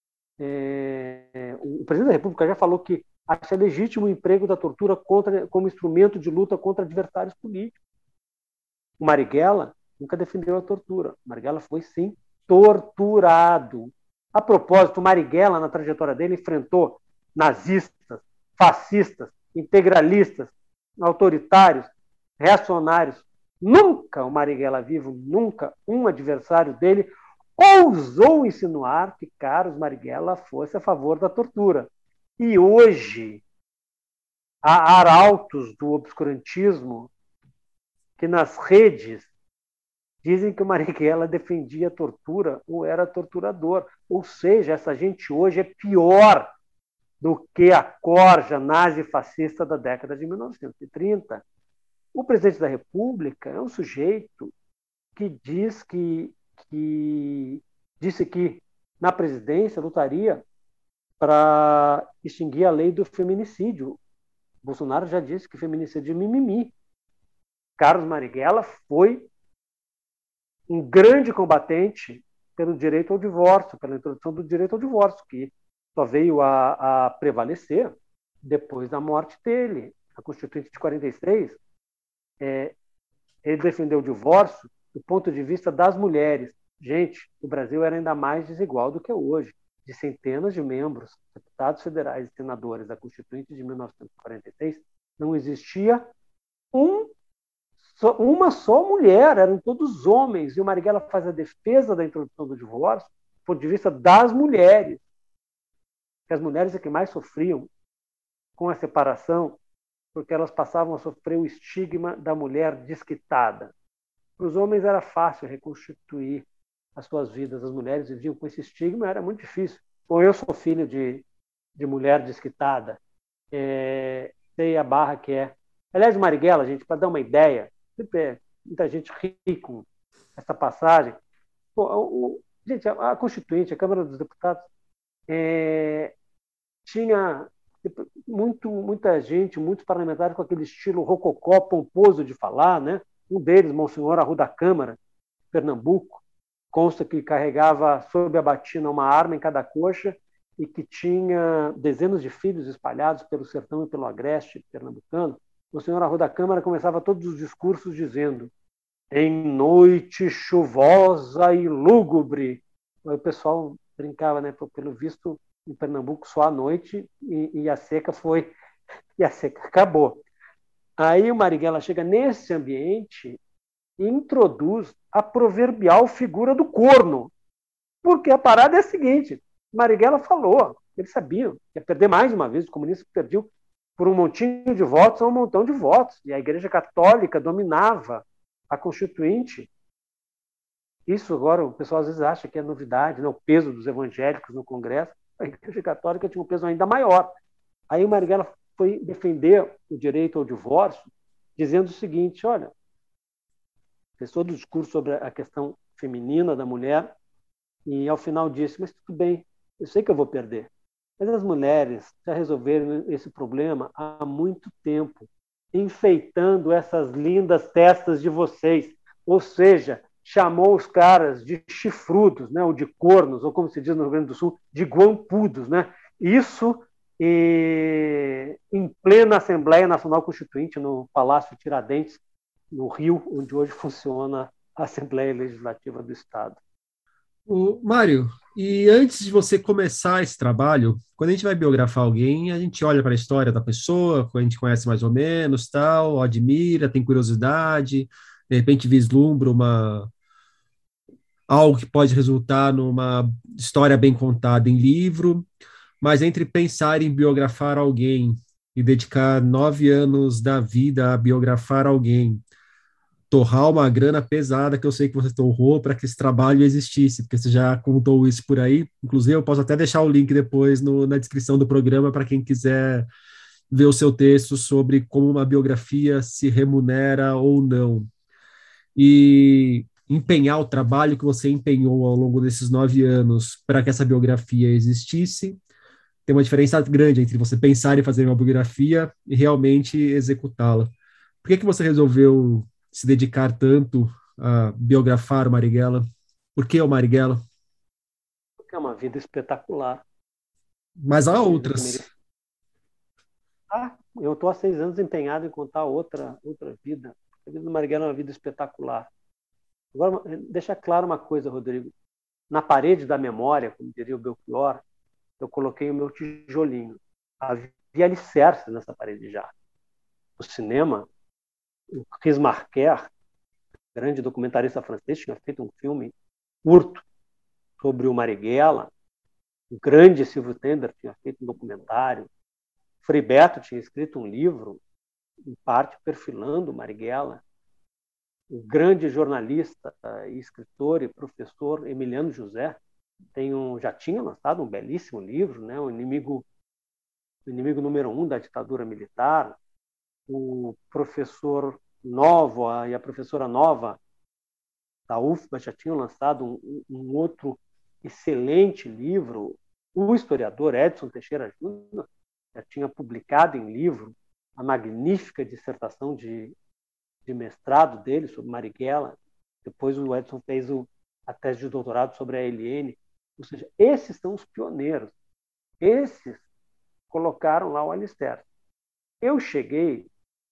É... O presidente da República já falou que acha legítimo o emprego da tortura contra... como instrumento de luta contra adversários políticos. O Marighella nunca defendeu a tortura. O Marighella foi, sim, torturado. A propósito, o Marighella, na trajetória dele, enfrentou nazistas, fascistas, integralistas, autoritários, reacionários. Nunca o Marighella vivo, nunca um adversário dele ousou insinuar que Carlos Marighella fosse a favor da tortura. E hoje, há arautos do obscurantismo que nas redes dizem que o Marighella defendia a tortura ou era torturador. Ou seja, essa gente hoje é pior do que a corja nazi-fascista da década de mil novecentos e trinta. O presidente da República é um sujeito que diz que, que disse que na presidência lutaria para extinguir a lei do feminicídio. Bolsonaro já disse que feminicídio é mimimi. Carlos Marighella foi um grande combatente pelo direito ao divórcio, pela introdução do direito ao divórcio, que só veio a, a prevalecer depois da morte dele. A Constituinte de quarenta e seis, é, ele defendeu o divórcio do ponto de vista das mulheres. Gente, o Brasil era ainda mais desigual do que é hoje. De centenas de membros, deputados federais e senadores da Constituinte de mil novecentos e quarenta e seis, não existia um, só, uma só mulher, eram todos homens. E o Marighella faz a defesa da introdução do divórcio do ponto de vista das mulheres. Que as mulheres é que mais sofriam com a separação, porque elas passavam a sofrer o estigma da mulher desquitada. Para os homens era fácil reconstituir as suas vidas, as mulheres viviam com esse estigma, era muito difícil. Ou eu sou filho de, de mulher desquitada, é, sei a barra que é. Aliás, Marighella, gente, para dar uma ideia, muita gente ri com essa passagem. Pô, o, gente, a, a Constituinte, a Câmara dos Deputados, É, tinha muito, muita gente, muitos parlamentares com aquele estilo rococó, pomposo de falar, né? Um deles, Monsenhor Arruda Câmara, Pernambuco, consta que carregava sob a batina uma arma em cada coxa e que tinha dezenas de filhos espalhados pelo sertão e pelo agreste pernambucano. Monsenhor Arruda Câmara começava todos os discursos dizendo: em noite chuvosa e lúgubre. O pessoal brincava, né? Pelo visto, em Pernambuco só à noite e, e a seca foi e a seca acabou. Aí o Marighella chega nesse ambiente e introduz a proverbial figura do corno, porque a parada é a seguinte: Marighella falou, eles sabiam que ia perder mais uma vez, os comunistas perdiam por um montinho de votos a um montão de votos, e a Igreja Católica dominava a Constituinte. Isso agora o pessoal às vezes acha que é novidade, né? O peso dos evangélicos no Congresso. A Igreja Católica tinha um peso ainda maior. Aí o Marighella foi defender o direito ao divórcio, dizendo o seguinte: olha, fez todo o discurso sobre a questão feminina da mulher, e ao final disse: mas tudo bem, eu sei que eu vou perder, mas as mulheres já resolveram esse problema há muito tempo, enfeitando essas lindas testas de vocês. Ou seja, chamou os caras de chifrudos, né, ou de cornos, ou como se diz no Rio Grande do Sul, de guampudos, né? Isso e, em plena Assembleia Nacional Constituinte, no Palácio Tiradentes, no Rio, onde hoje funciona a Assembleia Legislativa do Estado. O Mário, e antes de você começar esse trabalho, quando a gente vai biografar alguém, a gente olha para a história da pessoa, a gente conhece mais ou menos, tal, admira, tem curiosidade, de repente vislumbra uma algo que pode resultar numa história bem contada em livro, mas entre pensar em biografar alguém e dedicar nove anos da vida a biografar alguém, torrar uma grana pesada que eu sei que você torrou para que esse trabalho existisse, porque você já contou isso por aí. Inclusive, eu posso até deixar o link depois no, na descrição do programa para quem quiser ver o seu texto sobre como uma biografia se remunera ou não. E empenhar o trabalho que você empenhou ao longo desses nove anos para que essa biografia existisse. Tem uma diferença grande entre você pensar em fazer uma biografia e realmente executá-la. Por que que você resolveu se dedicar tanto a biografar o Marighella? Por que o Marighella? Porque é uma vida espetacular. Mas há Uma vida que outras. merece... Ah, eu estou há seis anos empenhado em contar outra, outra vida. A vida do Marighella é uma vida espetacular. Agora, deixa claro uma coisa, Rodrigo. Na parede da memória, como diria o Belchior, eu coloquei o meu tijolinho. Havia alicerces nessa parede já. O cinema, o Chris Marker, grande documentarista francês, tinha feito um filme curto sobre o Marighella. O grande Silvio Tender tinha feito um documentário. Frei Beto tinha escrito um livro, em parte perfilando o Marighella. O grande jornalista e escritor e professor Emiliano José tem um, já tinha lançado um belíssimo livro, né? O inimigo, o inimigo número um da ditadura militar. O professor Novo e a professora Nova da U F B A já tinham lançado um, um outro excelente livro. O historiador Edson Teixeira Júnior já tinha publicado em livro a magnífica dissertação de, de mestrado dele sobre Marighella. Depois o Edson fez o, a tese de doutorado sobre a L N. Ou seja, esses são os pioneiros. Esses colocaram lá o alicerce. Eu cheguei,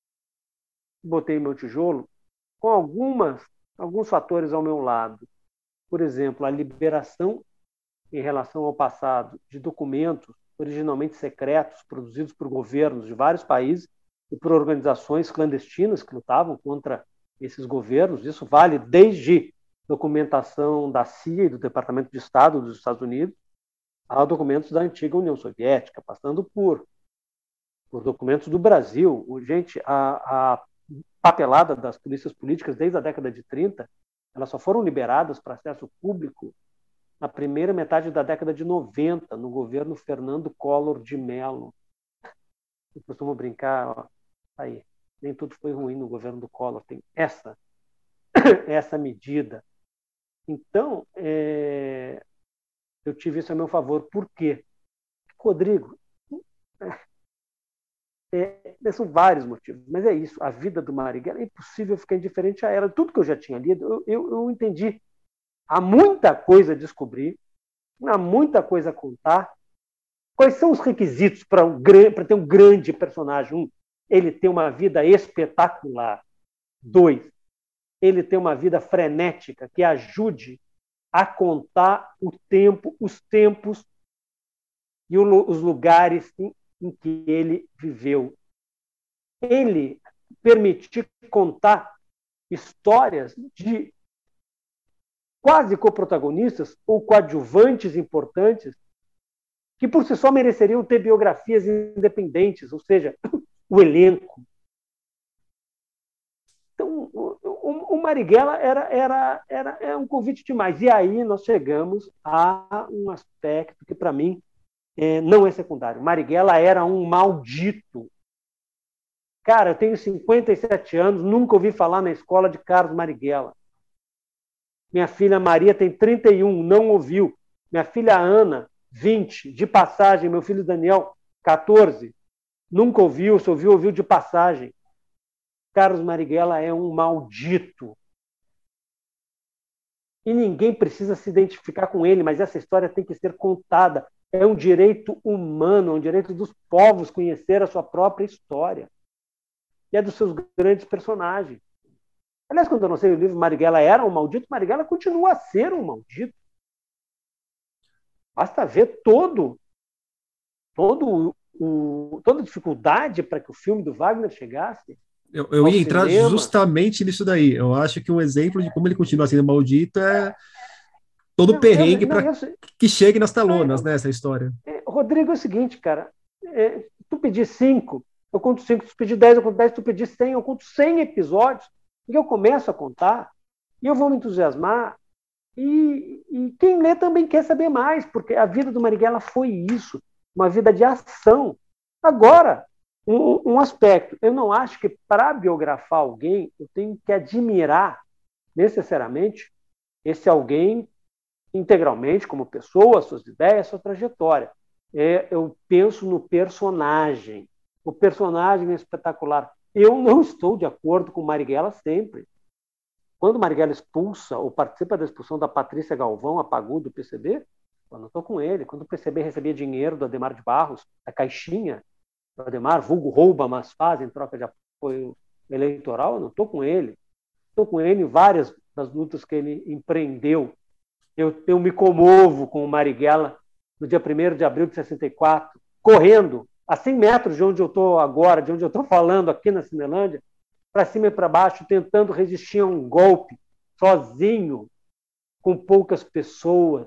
botei meu tijolo com algumas, alguns fatores ao meu lado. Por exemplo, a liberação em relação ao passado de documentos originalmente secretos produzidos por governos de vários países e por organizações clandestinas que lutavam contra esses governos. Isso vale desde documentação da C I A e do Departamento de Estado dos Estados Unidos a documentos da antiga União Soviética, passando por, por documentos do Brasil. Gente, a, a papelada das polícias políticas desde a década de trinta, elas só foram liberadas para acesso público na primeira metade da década de noventa, no governo Fernando Collor de Mello. Eu costumo brincar, ó, aí, nem tudo foi ruim no governo do Collor, tem essa, essa medida. Então, é, eu tive isso a meu favor. Por quê? Rodrigo, é, é, são vários motivos, mas é isso. A vida do Marighella é impossível ficar indiferente a ela. Tudo que eu já tinha lido, eu, eu, eu entendi. Há muita coisa a descobrir, há muita coisa a contar. Quais são os requisitos para um, ter um grande personagem? Um, ele ter uma vida espetacular. Dois, ele ter uma vida frenética que ajude a contar o tempo, os tempos e o, os lugares em, em que ele viveu. Ele permitiu contar histórias de quase coprotagonistas ou coadjuvantes importantes que por si só mereceriam ter biografias independentes, ou seja, o elenco. Então, o, o, o Marighella era, era, era, era um convite demais. E aí nós chegamos a um aspecto que, para mim, é, não é secundário. Marighella era um maldito. Cara, eu tenho cinquenta e sete anos, nunca ouvi falar na escola de Carlos Marighella. Minha filha Maria tem trinta e um, não ouviu. Minha filha Ana, vinte, de passagem. Meu filho Daniel, quatorze, nunca ouviu, se ouviu, ouviu de passagem. Carlos Marighella é um maldito. E ninguém precisa se identificar com ele, mas essa história tem que ser contada. É um direito humano, é um direito dos povos conhecer a sua própria história. E é dos seus grandes personagens. Aliás, quando eu não sei o livro, Marighella era um maldito, Marighella continua a ser um maldito. Basta ver todo, todo o, toda a dificuldade para que o filme do Wagner chegasse. Eu, eu ia entrar cinema. justamente nisso daí. Eu acho que um exemplo de como ele continua sendo maldito é todo o perrengue para que chegue nas telonas, é, né, essa história. É, Rodrigo, é o seguinte, cara. É, tu pedir cinco, eu conto cinco. Tu pedir dez, eu conto dez. Tu pedir cem, eu conto cem episódios. E eu começo a contar, e eu vou me entusiasmar, e, e quem lê também quer saber mais, porque a vida do Marighella foi isso, uma vida de ação. Agora, um, um aspecto, eu não acho que para biografar alguém, eu tenho que admirar necessariamente esse alguém integralmente, como pessoa, suas ideias, sua trajetória. É, eu penso no personagem. O personagem é espetacular. Eu não estou de acordo com Marighella sempre. Quando Marighella expulsa ou participa da expulsão da Patrícia Galvão, apagou do P C B, eu não estou com ele. Quando o P C B recebia dinheiro do Adhemar de Barros, a caixinha do Adhemar, vulgo rouba, mas faz em troca de apoio eleitoral, eu não estou com ele. Estou com ele em várias das lutas que ele empreendeu. Eu, eu me comovo com o Marighella no dia primeiro de abril de sessenta e quatro, correndo a cem metros de onde eu estou agora, de onde eu estou falando aqui na Cinelândia, para cima e para baixo, tentando resistir a um golpe, sozinho, com poucas pessoas.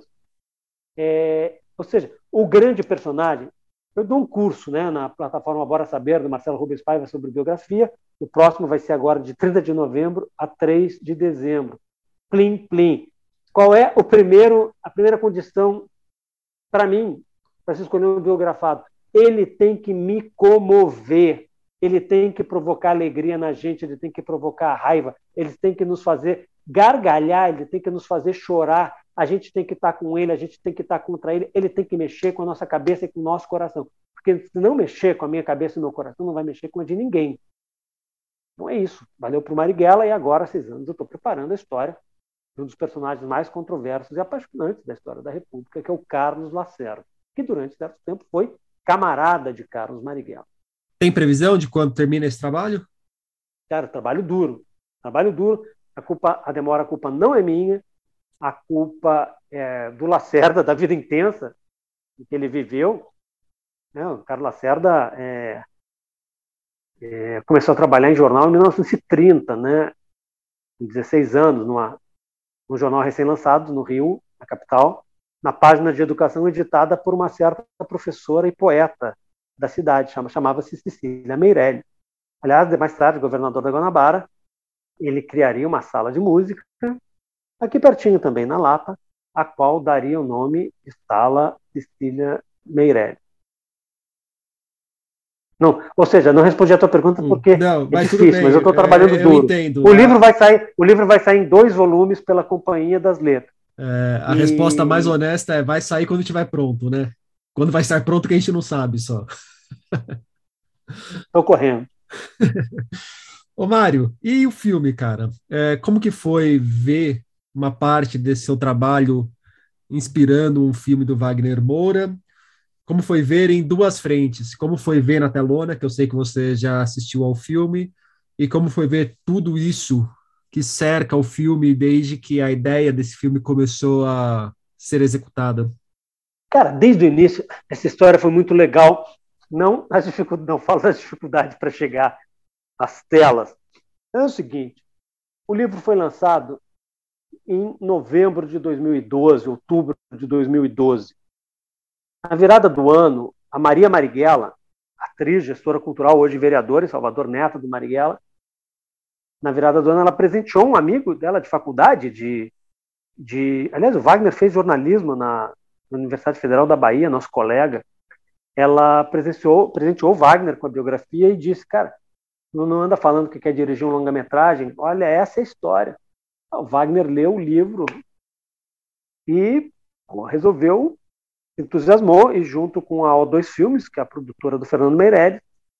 É, ou seja, o grande personagem... Eu dou um curso, né, na plataforma Bora Saber, do Marcelo Rubens Paiva, sobre biografia. O próximo vai ser agora de trinta de novembro a três de dezembro. Plim, plim. Qual é o primeiro, a primeira condição para mim, para se escolher um biografado? Ele tem que me comover, ele tem que provocar alegria na gente, ele tem que provocar raiva, ele tem que nos fazer gargalhar, ele tem que nos fazer chorar, a gente tem que estar com ele, a gente tem que estar contra ele, ele tem que mexer com a nossa cabeça e com o nosso coração. Porque se não mexer com a minha cabeça e o meu coração, não vai mexer com a de ninguém. Então é isso. Valeu para o Marighella e agora, há seis anos, eu estou preparando a história de um dos personagens mais controversos e apaixonantes da história da República, que é o Carlos Lacerda, que durante certo tempo foi camarada de Carlos Marighella. Tem previsão de quando termina esse trabalho? Cara, trabalho duro. Trabalho duro. A, culpa, a demora, a culpa não é minha. A culpa é do Lacerda, da vida intensa que ele viveu. Né? O Carlos Lacerda é, é, começou a trabalhar em jornal em mil novecentos e trinta, né? Com dezesseis anos, numa, num jornal recém-lançado no Rio, na capital, na página de educação editada por uma certa professora e poeta da cidade, chamava-se Cecília Meirelles. Aliás, mais tarde, governador da Guanabara, ele criaria uma sala de música, aqui pertinho também, na Lapa, a qual daria o nome de Sala Cecília Meirelles. Não, ou seja, não respondi a tua pergunta porque não, mas é difícil, bem, mas eu estou trabalhando é, duro. Eu entendo. O livro vai sair, o livro vai sair em dois volumes pela Companhia das Letras. É, a e... resposta mais honesta é vai sair quando estiver pronto, né? Quando vai estar pronto que a gente não sabe só. Estou correndo. Ô, Mário, e o filme, cara? É, como que foi ver uma parte desse seu trabalho inspirando um filme do Wagner Moura? Como foi ver em duas frentes? Como foi ver na telona, que eu sei que você já assistiu ao filme, e como foi ver tudo isso que cerca o filme desde que a ideia desse filme começou a ser executada? Cara, desde o início, essa história foi muito legal. Não, as dificuldades, não falo das dificuldades para chegar às telas. É o seguinte, o livro foi lançado em novembro de dois mil e doze, outubro de dois mil e doze. Na virada do ano, a Maria Marighella, atriz, gestora cultural, hoje vereadora em Salvador, neta do Marighella, na virada do ano ela presenteou um amigo dela de faculdade, de, de... aliás, o Wagner fez jornalismo na, na Universidade Federal da Bahia, nosso colega. Ela presenteou, presenteou o Wagner com a biografia e disse, cara, não anda falando que quer dirigir um longa-metragem, olha, essa é a história. O Wagner leu o livro e resolveu, se entusiasmou, e junto com a O dois Filmes, que é a produtora do Fernando Meirelles,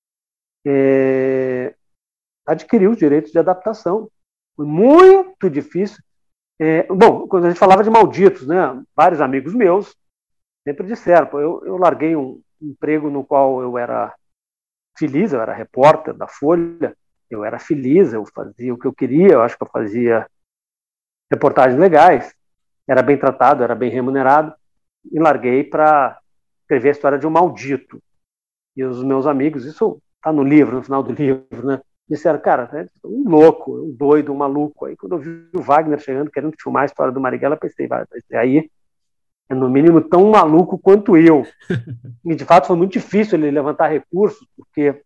é, adquiriu os direitos de adaptação. Foi muito difícil. É, bom, quando a gente falava de malditos, né, vários amigos meus sempre disseram, pô, eu, eu larguei um emprego no qual eu era feliz, eu era repórter da Folha, eu era feliz, eu fazia o que eu queria, eu acho que eu fazia reportagens legais, era bem tratado, era bem remunerado, e larguei para escrever a história de um maldito. E os meus amigos, isso está no livro, no final do livro, né, disseram, cara, é um louco, um doido, um maluco. Aí quando eu vi o Wagner chegando, querendo filmar a história do Marighella, pensei, vai, aí é no mínimo tão maluco quanto eu. E de fato foi muito difícil ele levantar recursos, porque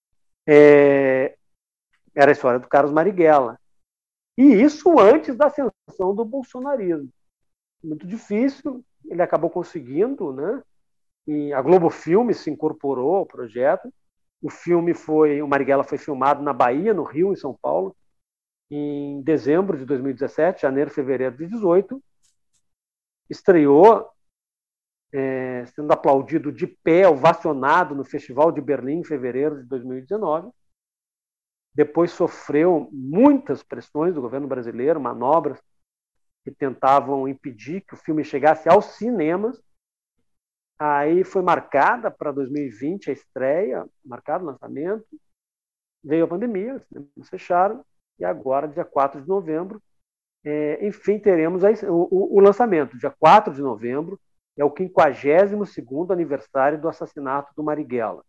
é, era a história do Carlos Marighella. E isso antes da ascensão do bolsonarismo. Muito difícil, ele acabou conseguindo, né? E a Globo Filmes se incorporou ao projeto. O filme foi, o Marighella foi filmado na Bahia, no Rio, em São Paulo, em dezembro de dois mil e dezessete, janeiro, fevereiro de dezoito. Estreou é, sendo aplaudido de pé, ovacionado no Festival de Berlim em fevereiro de dois mil e dezenove. Depois sofreu muitas pressões do governo brasileiro, manobras que tentavam impedir que o filme chegasse aos cinemas. Aí foi marcada para dois mil e vinte a estreia, marcado o lançamento. Veio a pandemia, os cinemas fecharam, e agora, dia quatro de novembro, é, enfim, teremos a, o, o lançamento. Dia quatro de novembro é o quinquagésimo segundo aniversário do assassinato do Marighella.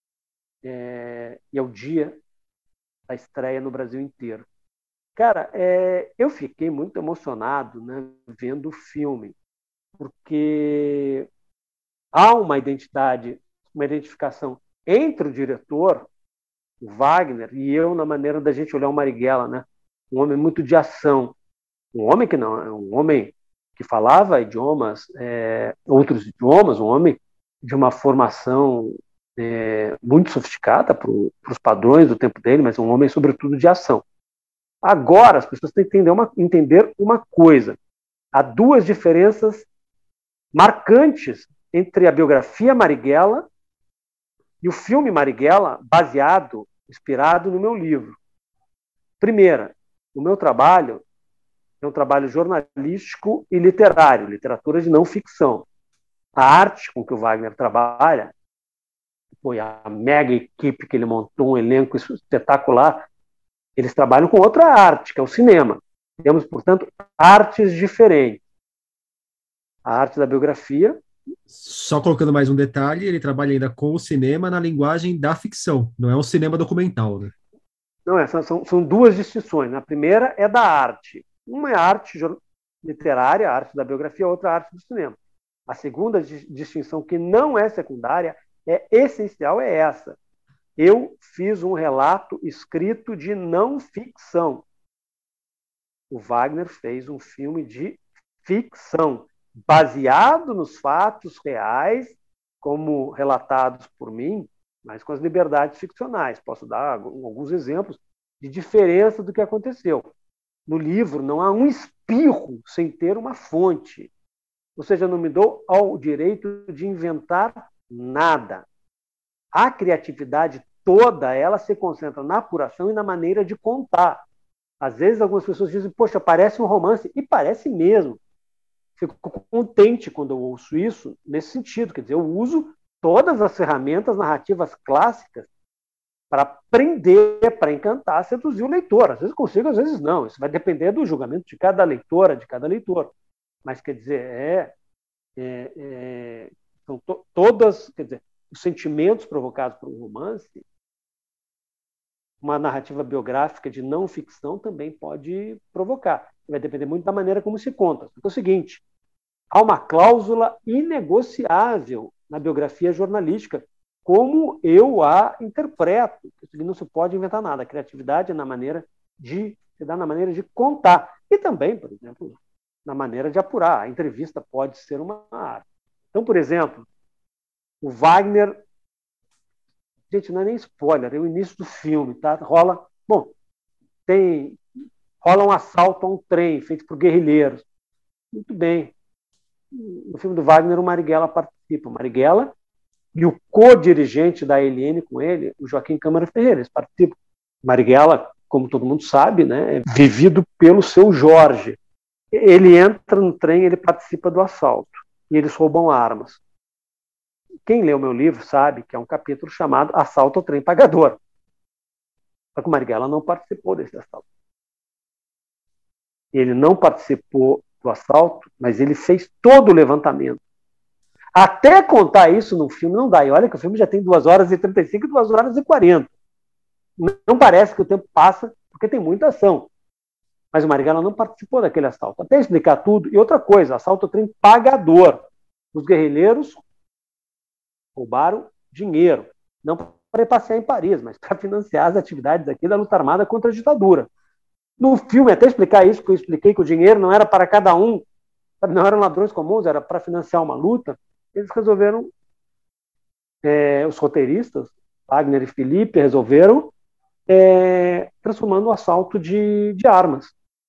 É, e é o dia da estreia no Brasil inteiro. Cara, é, eu fiquei muito emocionado, né, vendo o filme, porque há uma identidade, uma identificação entre o diretor, o Wagner, e eu na maneira da gente olhar o Marighella, né? Um homem muito de ação, um homem que não, um homem que falava idiomas, é, outros idiomas, um homem de uma formação é, muito sofisticada para os padrões do tempo dele, mas um homem sobretudo de ação. Agora as pessoas têm que entender uma, entender uma coisa: há duas diferenças marcantes entre a biografia Marighella e o filme Marighella, baseado, inspirado no meu livro. Primeira, o meu trabalho é um trabalho jornalístico e literário, literatura de não ficção. A arte com que o Wagner trabalha, foi a mega equipe que ele montou, um elenco espetacular, eles trabalham com outra arte, que é o cinema. Temos, portanto, artes diferentes. A arte da biografia. Só colocando mais um detalhe, ele trabalha ainda com o cinema na linguagem da ficção, não é um cinema documental, né? Não, é, são, são duas distinções. A primeira é da arte. Uma é a arte literária, a arte da biografia, a outra é a arte do cinema. A segunda distinção, que não é secundária, é essencial, é essa. Eu fiz um relato escrito de não ficção. O Wagner fez um filme de ficção, baseado nos fatos reais, como relatados por mim, mas com as liberdades ficcionais. Posso dar alguns exemplos de diferença do que aconteceu. No livro não há um espirro sem ter uma fonte. Ou seja, não me dou ao direito de inventar nada. A criatividade toda, ela se concentra na apuração e na maneira de contar. Às vezes algumas pessoas dizem, poxa, parece um romance, e parece mesmo. Fico contente quando eu ouço isso nesse sentido. Quer dizer, eu uso todas as ferramentas narrativas clássicas para prender, para encantar, seduzir o leitor. Às vezes consigo, às vezes não. Isso vai depender do julgamento de cada leitora, de cada leitor. Mas, quer dizer, é, é, é, são to, todas, quer dizer, os sentimentos provocados por um romance, uma narrativa biográfica de não ficção também pode provocar. Vai depender muito da maneira como se conta. É o seguinte, há uma cláusula inegociável na biografia jornalística, como eu a interpreto. Não se pode inventar nada. A criatividade é na maneira de se dá na maneira de contar. E também, por exemplo, na maneira de apurar. A entrevista pode ser uma arte. Então, por exemplo, o Wagner... Gente, não é nem spoiler, é o início do filme, tá? Rola... Bom, tem... Rola um assalto a um trem feito por guerrilheiros. Muito bem. No filme do Wagner, o Marighella participa. O Marighella e o co-dirigente da A L N com ele, o Joaquim Câmara Ferreira, eles participam. O Marighella, como todo mundo sabe, né, é vivido pelo seu Jorge. Ele entra no trem, ele participa do assalto. E eles roubam armas. Quem lê o meu livro sabe que é um capítulo chamado Assalto ao Trem Pagador. Só que o Marighella não participou desse assalto. Ele não participou do assalto, mas ele fez todo o levantamento. Até contar isso no filme não dá. E olha que o filme já tem duas horas e trinta e cinco e duas horas e quarenta. Não parece que o tempo passa, porque tem muita ação. Mas o Marighella não participou daquele assalto. Até explicar tudo. E outra coisa, assalto ao trem pagador. Os guerrilheiros roubaram dinheiro. Não para ir passear em Paris, mas para financiar as atividades aqui da luta armada contra a ditadura. No filme, até explicar isso, que eu expliquei que o dinheiro não era para cada um, não eram ladrões comuns, era para financiar uma luta, eles resolveram, é, os roteiristas, Wagner e Felipe, resolveram é, transformando o assalto de, de armas.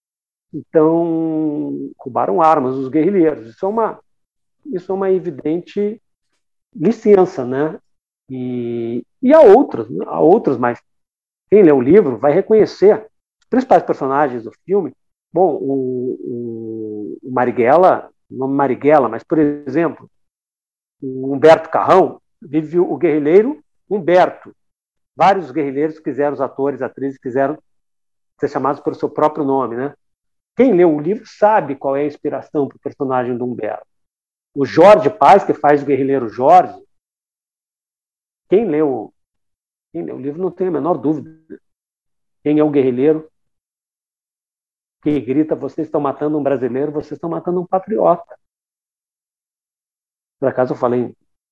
Então, roubaram armas os guerrilheiros. Isso é uma, isso é uma evidente licença, né? E, e há outras, né? Há outras, mas quem lê o livro vai reconhecer os principais personagens do filme. Bom, o, o, o Marighella, o nome Marighella, mas, por exemplo, o Humberto Carrão vive o guerrilheiro Humberto. Vários guerrilheiros quiseram, os atores, atrizes, quiseram ser chamados pelo seu próprio nome, né? Quem leu o livro sabe qual é a inspiração para o personagem do Humberto. O Jorge Paz, que faz o guerrilheiro Jorge, quem leu, quem leu o livro não tem a menor dúvida. Quem é o guerrilheiro que grita, vocês estão matando um brasileiro, vocês estão matando um patriota. Por acaso eu falei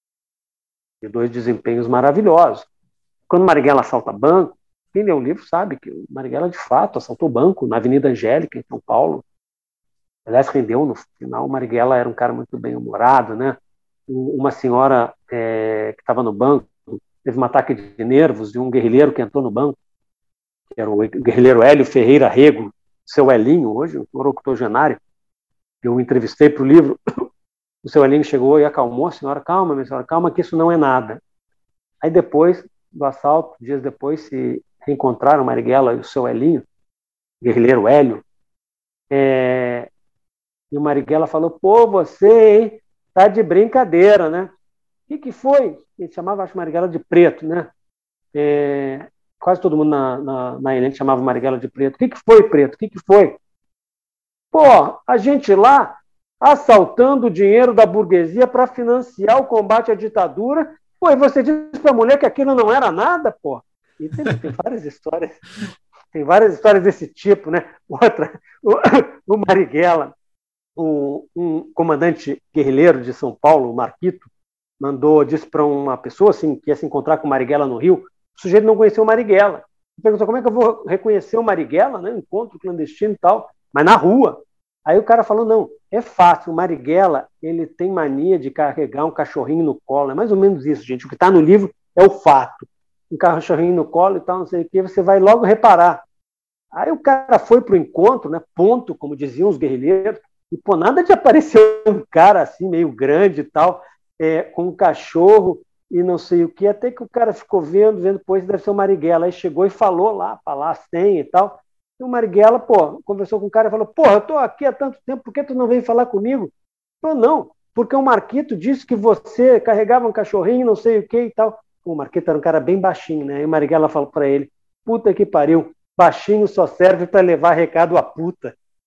de dois desempenhos maravilhosos. Quando Marighella assalta banco, quem leu o livro sabe que o Marighella, de fato, assaltou banco na Avenida Angélica, em São Paulo. Aliás, rendeu no final. O Marighella era um cara muito bem-humorado, né? Uma senhora é, que estava no banco teve um ataque de nervos de um guerrilheiro que entrou no banco, que era o guerrilheiro Hélio Ferreira Rego, seu Elinho, hoje, um octogenário. Eu o entrevistei para o livro. O seu Elinho chegou e acalmou a senhora. Calma, minha senhora, calma, que isso não é nada. Aí depois do assalto, dias depois, se reencontraram Marighella e o seu Elinho, guerrilheiro Hélio, é... e o Marighella falou, pô, você, hein, tá de brincadeira, né? O que que foi? Ele chamava, acho, Marighella de preto, né? É... Quase todo mundo na, na, na Helene chamava o Marighella de preto. O que que foi, preto? O que que foi? Pô, a gente lá assaltando o dinheiro da burguesia para financiar o combate à ditadura. Pô, e você disse para a mulher que aquilo não era nada, pô. E tem, tem várias histórias, tem várias histórias desse tipo, né? Outra, o, o Marighella, um, um comandante guerrilheiro de São Paulo, o Marquito, mandou, disse para uma pessoa assim, que ia se encontrar com o Marighella no Rio, o sujeito não conheceu o Marighella. Ele perguntou como é que eu vou reconhecer o Marighella, né? Encontro clandestino e tal, mas na rua. Aí o cara falou, não, é fácil, o Marighella, ele tem mania de carregar um cachorrinho no colo, é mais ou menos isso, gente, o que está no livro é o fato, um cachorrinho no colo e tal, não sei o que, você vai logo reparar. Aí o cara foi pro encontro, né, ponto, como diziam os guerrilheiros, e pô, nada de aparecer um cara assim, meio grande e tal, é, com um cachorro e não sei o que, até que o cara ficou vendo, vendo, pois deve ser o Marighella, aí chegou e falou lá, falar a senha e tal. E o Marighella, pô, conversou com o cara e falou, pô, eu tô aqui há tanto tempo, por que tu não veio falar comigo? Ele falou, não, porque o Marquito disse que você carregava um cachorrinho, não sei o que e tal. O Marquito era um cara bem baixinho, né? E o Marighella falou para ele, puta que pariu, baixinho só serve para levar recado a puta.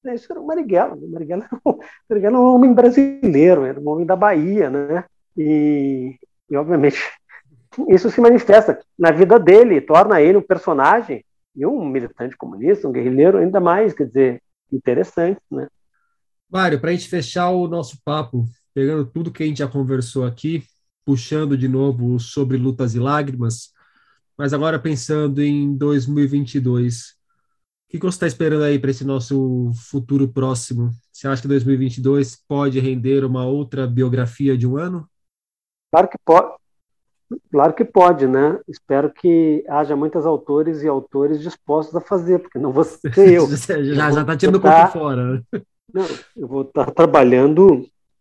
Isso era o Marighella. O Marighella era um, Marighella era um homem brasileiro, era um homem da Bahia, né? E, e, obviamente, isso se manifesta na vida dele, torna ele um personagem e um militante comunista, um guerrilheiro ainda mais, quer dizer, interessante, né? Mário, para a gente fechar o nosso papo, pegando tudo que a gente já conversou aqui, puxando de novo sobre Lutas e Lágrimas, mas agora pensando em dois mil e vinte e dois, o que você está esperando aí para esse nosso futuro próximo? Você acha que dois mil e vinte e dois pode render uma outra biografia de um ano? Claro que pode, claro que pode, né? Espero que haja muitos autores e autores dispostos a fazer, porque não vou ser eu. já eu está tirando o tá, corpo fora. Né? Não, eu vou estar tá trabalhando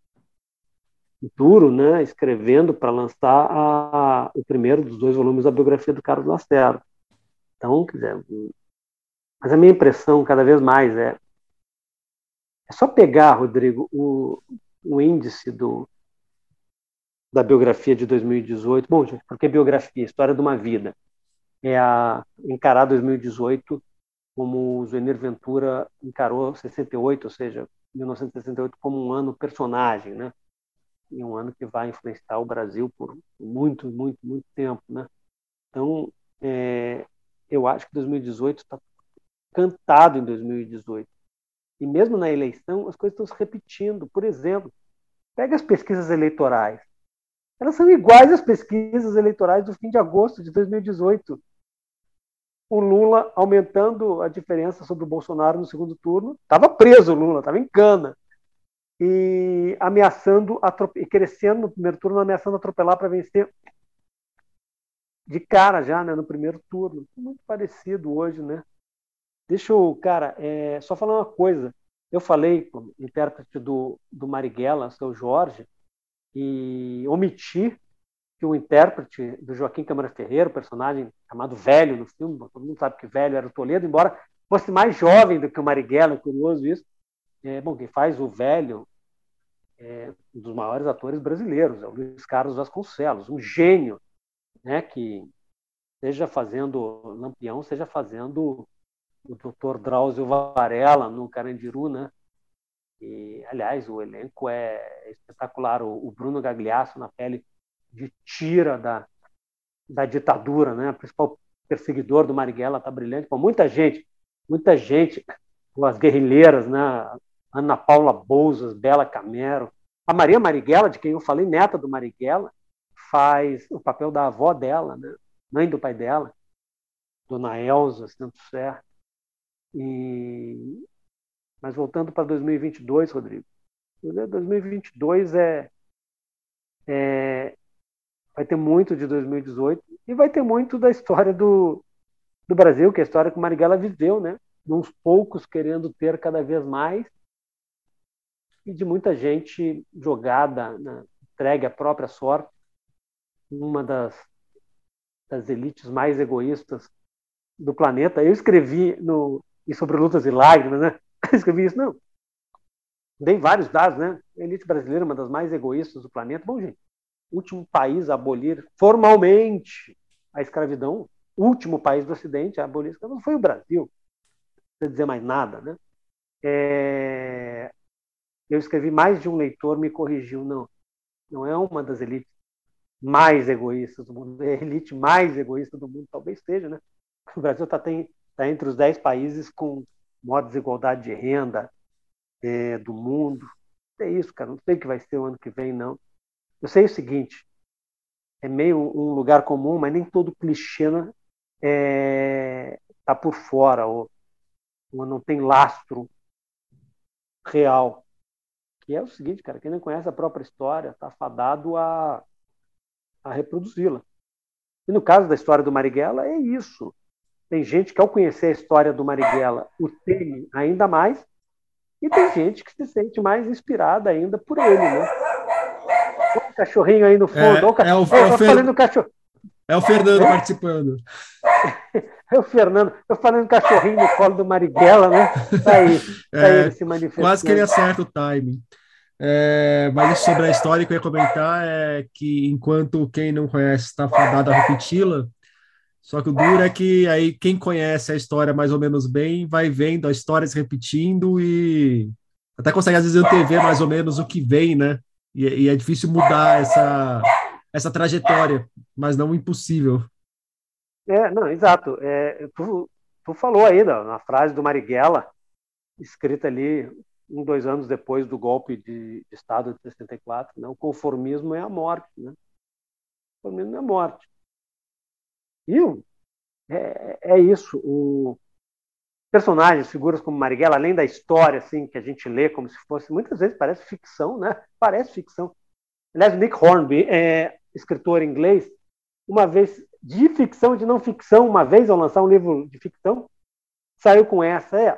duro, né? Escrevendo para lançar a, o primeiro dos dois volumes da biografia do Carlos Lacerda. Então, quer dizer, mas a minha impressão cada vez mais é é só pegar, Rodrigo, o, o índice do, da biografia de dois mil e dezoito. Bom, gente, porque biografia, história de uma vida. É a encarar dois mil e dezoito como o Zuenir Ventura encarou sessenta e oito, ou seja, mil novecentos e sessenta e oito, como um ano personagem, né? E um ano que vai influenciar o Brasil por muito, muito, muito tempo, né? Então, é, eu acho que dois mil e dezoito está cantado em dois mil e dezoito. E mesmo na eleição, as coisas estão se repetindo. Por exemplo, pega as pesquisas eleitorais. Elas são iguais às pesquisas eleitorais do fim de agosto de dois mil e dezoito. O Lula aumentando a diferença sobre o Bolsonaro no segundo turno. Estava preso o Lula, estava em cana. E ameaçando, e crescendo no primeiro turno, ameaçando atropelar para vencer de cara já, né, no primeiro turno. Muito parecido hoje, né? Deixa eu, cara, é, só falar uma coisa. Eu falei com o intérprete do, do Marighella, seu Jorge, e omiti que o intérprete do Joaquim Câmara Ferreira, o personagem chamado Velho no filme, todo mundo sabe que Velho era o Toledo, embora fosse mais jovem do que o Marighella, é curioso isso. É, bom, quem faz o Velho é um dos maiores atores brasileiros, é o Luiz Carlos Vasconcelos, um gênio, né, que seja fazendo Lampião, seja fazendo o doutor Drauzio Varela no Carandiru, né? E, aliás, o elenco é espetacular. O, o Bruno Gagliasso na pele de tira da, da ditadura, né? O principal perseguidor do Marighella está brilhante. Pô, muita gente, muita gente, as guerrilheiras, né? Ana Paula Bouzas, Bela Camero, a Maria Marighella, de quem eu falei, neta do Marighella, faz o papel da avó dela, né? Mãe do pai dela, Dona Elza Santos Serra. E... Mas voltando para dois mil e vinte e dois, Rodrigo, dois mil e vinte e dois é, é, vai ter muito de dois mil e dezoito e vai ter muito da história do, do Brasil, que é a história que o Marighella viveu, né? De uns poucos querendo ter cada vez mais e de muita gente jogada, né? Entregue à própria sorte, uma das, das elites mais egoístas do planeta. Eu escrevi no e sobre Lutas e Lágrimas, né? Escrevi isso, não. Dei vários dados, né? A elite brasileira é uma das mais egoístas do planeta. Bom, gente, último país a abolir formalmente a escravidão, último país do Ocidente a abolir a escravidão foi o Brasil. Não precisa dizer mais nada, né? É... Eu escrevi, mais de um leitor me corrigiu, não. Não é uma das elites mais egoístas do mundo, é a elite mais egoísta do mundo, talvez seja, né? O Brasil está tá entre os dez países com maior desigualdade de renda é, do mundo. É isso, cara. Não sei o que vai ser o ano que vem, não. Eu sei o seguinte, é meio um lugar comum, mas nem todo clichê está é, tá por fora, ou, ou não tem lastro real. Que é o seguinte, cara, quem não conhece a própria história está fadado a, a reproduzi-la. E no caso da história do Marighella, é isso. Tem gente que, ao conhecer a história do Marighella, o teme ainda mais, e tem gente que se sente mais inspirada ainda por ele, né? Olha o cachorrinho aí no fundo. É, o, é, o, é, o Fer... cachorro... é o Fernando é? participando. É o Fernando. Eu falando do cachorrinho no colo do Marighella, né? Tá aí, tá aí é, ele se manifestando. Quase que ele acerta o timing. É, mas sobre a história que eu ia comentar é que, enquanto quem não conhece está fadado a repeti-la, Só que o duro é que aí quem conhece a história mais ou menos bem vai vendo a história se repetindo e até consegue às vezes antever mais ou menos o que vem, né? E, e é difícil mudar essa, essa trajetória, mas não impossível. É, não, exato. É, tu, tu falou aí na, na frase do Marighella, escrita ali um, dois anos depois do golpe de, de Estado de sessenta e quatro, né? O conformismo é a morte, né? O conformismo é a morte. E é, é isso. O personagens, figuras como Marighella, além da história assim que a gente lê como se fosse, muitas vezes parece ficção, né? Parece ficção. Aliás, o Nick Hornby, é, escritor inglês, uma vez de ficção, de não ficção, uma vez ao lançar um livro de ficção, saiu com essa. É,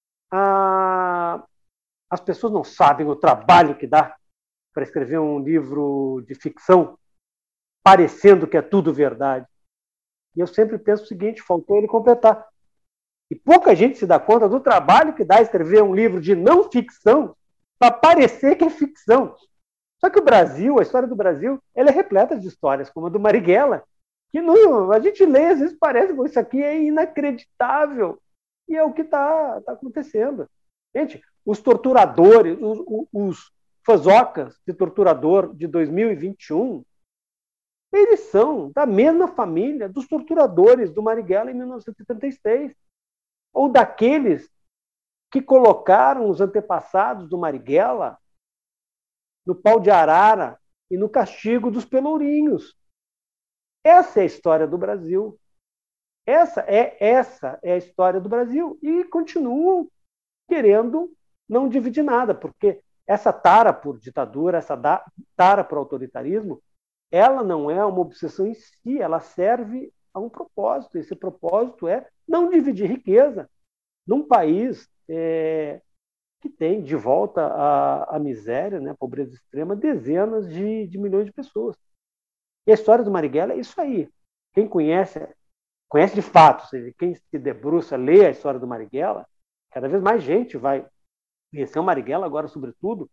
a, as pessoas não sabem o trabalho que dá para escrever um livro de ficção parecendo que é tudo verdade. E eu sempre penso o seguinte, faltou ele completar. E pouca gente se dá conta do trabalho que dá escrever um livro de não ficção para parecer que é ficção. Só que o Brasil, a história do Brasil, ela é repleta de histórias, como a do Marighella, que não, a gente lê, às vezes parece que isso aqui é inacreditável. E é o que está tá acontecendo. Gente, os torturadores, os, os fazocas de torturador de dois mil e vinte e um, eles são da mesma família dos torturadores do Marighella em mil novecentos e setenta e seis. Ou daqueles que colocaram os antepassados do Marighella no pau de arara e no castigo dos pelourinhos. Essa é a história do Brasil. Essa é, essa é a história do Brasil. E continuam querendo não dividir nada, porque essa tara por ditadura, essa tara por autoritarismo, ela não é uma obsessão em si, ela serve a um propósito. Esse propósito é não dividir riqueza num país é, que tem de volta a, a miséria, né, a pobreza extrema, dezenas de, de milhões de pessoas. E a história do Marighella é isso aí. Quem conhece, conhece de fato, ou seja, quem se debruça, lê a história do Marighella, cada vez mais gente vai conhecer o Marighella agora, sobretudo,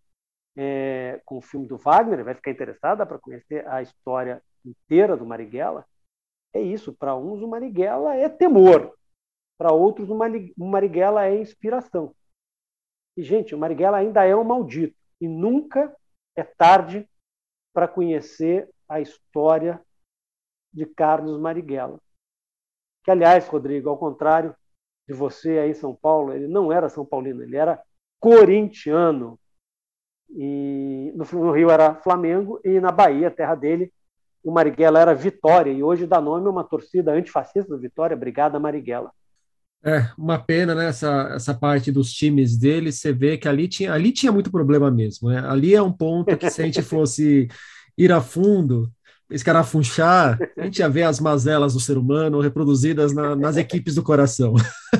é, com o filme do Wagner, vai ficar interessada para conhecer a história inteira do Marighella. É isso, para uns o Marighella é temor, para outros o Marighella é inspiração. E, gente, o Marighella ainda é um maldito, e nunca é tarde para conhecer a história de Carlos Marighella. Que, aliás, Rodrigo, ao contrário de você aí em São Paulo, ele não era São Paulino, ele era corintiano. E no Rio era Flamengo, e na Bahia, terra dele, o Marighella era Vitória, e hoje dá nome a uma torcida antifascista do Vitória, Brigada Marighella. É, uma pena, né, essa, essa parte dos times dele, você vê que ali tinha, ali tinha muito problema mesmo, né? Ali é um ponto que se a gente fosse ir a fundo, escarafunchar, a gente ia ver as mazelas do ser humano reproduzidas na, nas equipes do coração.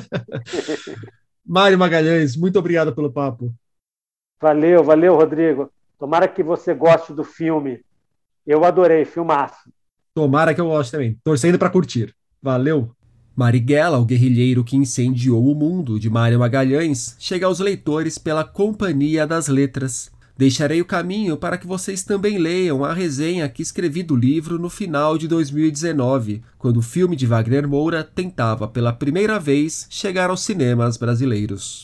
Mário Magalhães, muito obrigado pelo papo. Valeu, valeu, Rodrigo. Tomara que você goste do filme. Eu adorei, filmaço. Tomara que eu goste também. Torcendo para curtir. Valeu. Marighella, o guerrilheiro que incendiou o mundo, de Mário Magalhães, chega aos leitores pela Companhia das Letras. Deixarei o caminho para que vocês também leiam a resenha que escrevi do livro no final de dois mil e dezenove, quando o filme de Wagner Moura tentava pela primeira vez chegar aos cinemas brasileiros.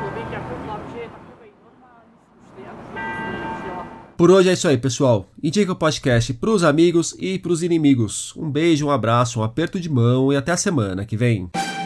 Por hoje é isso aí, pessoal. Indica o podcast para os amigos e para os inimigos. Um beijo, um abraço, um aperto de mão e até a semana que vem.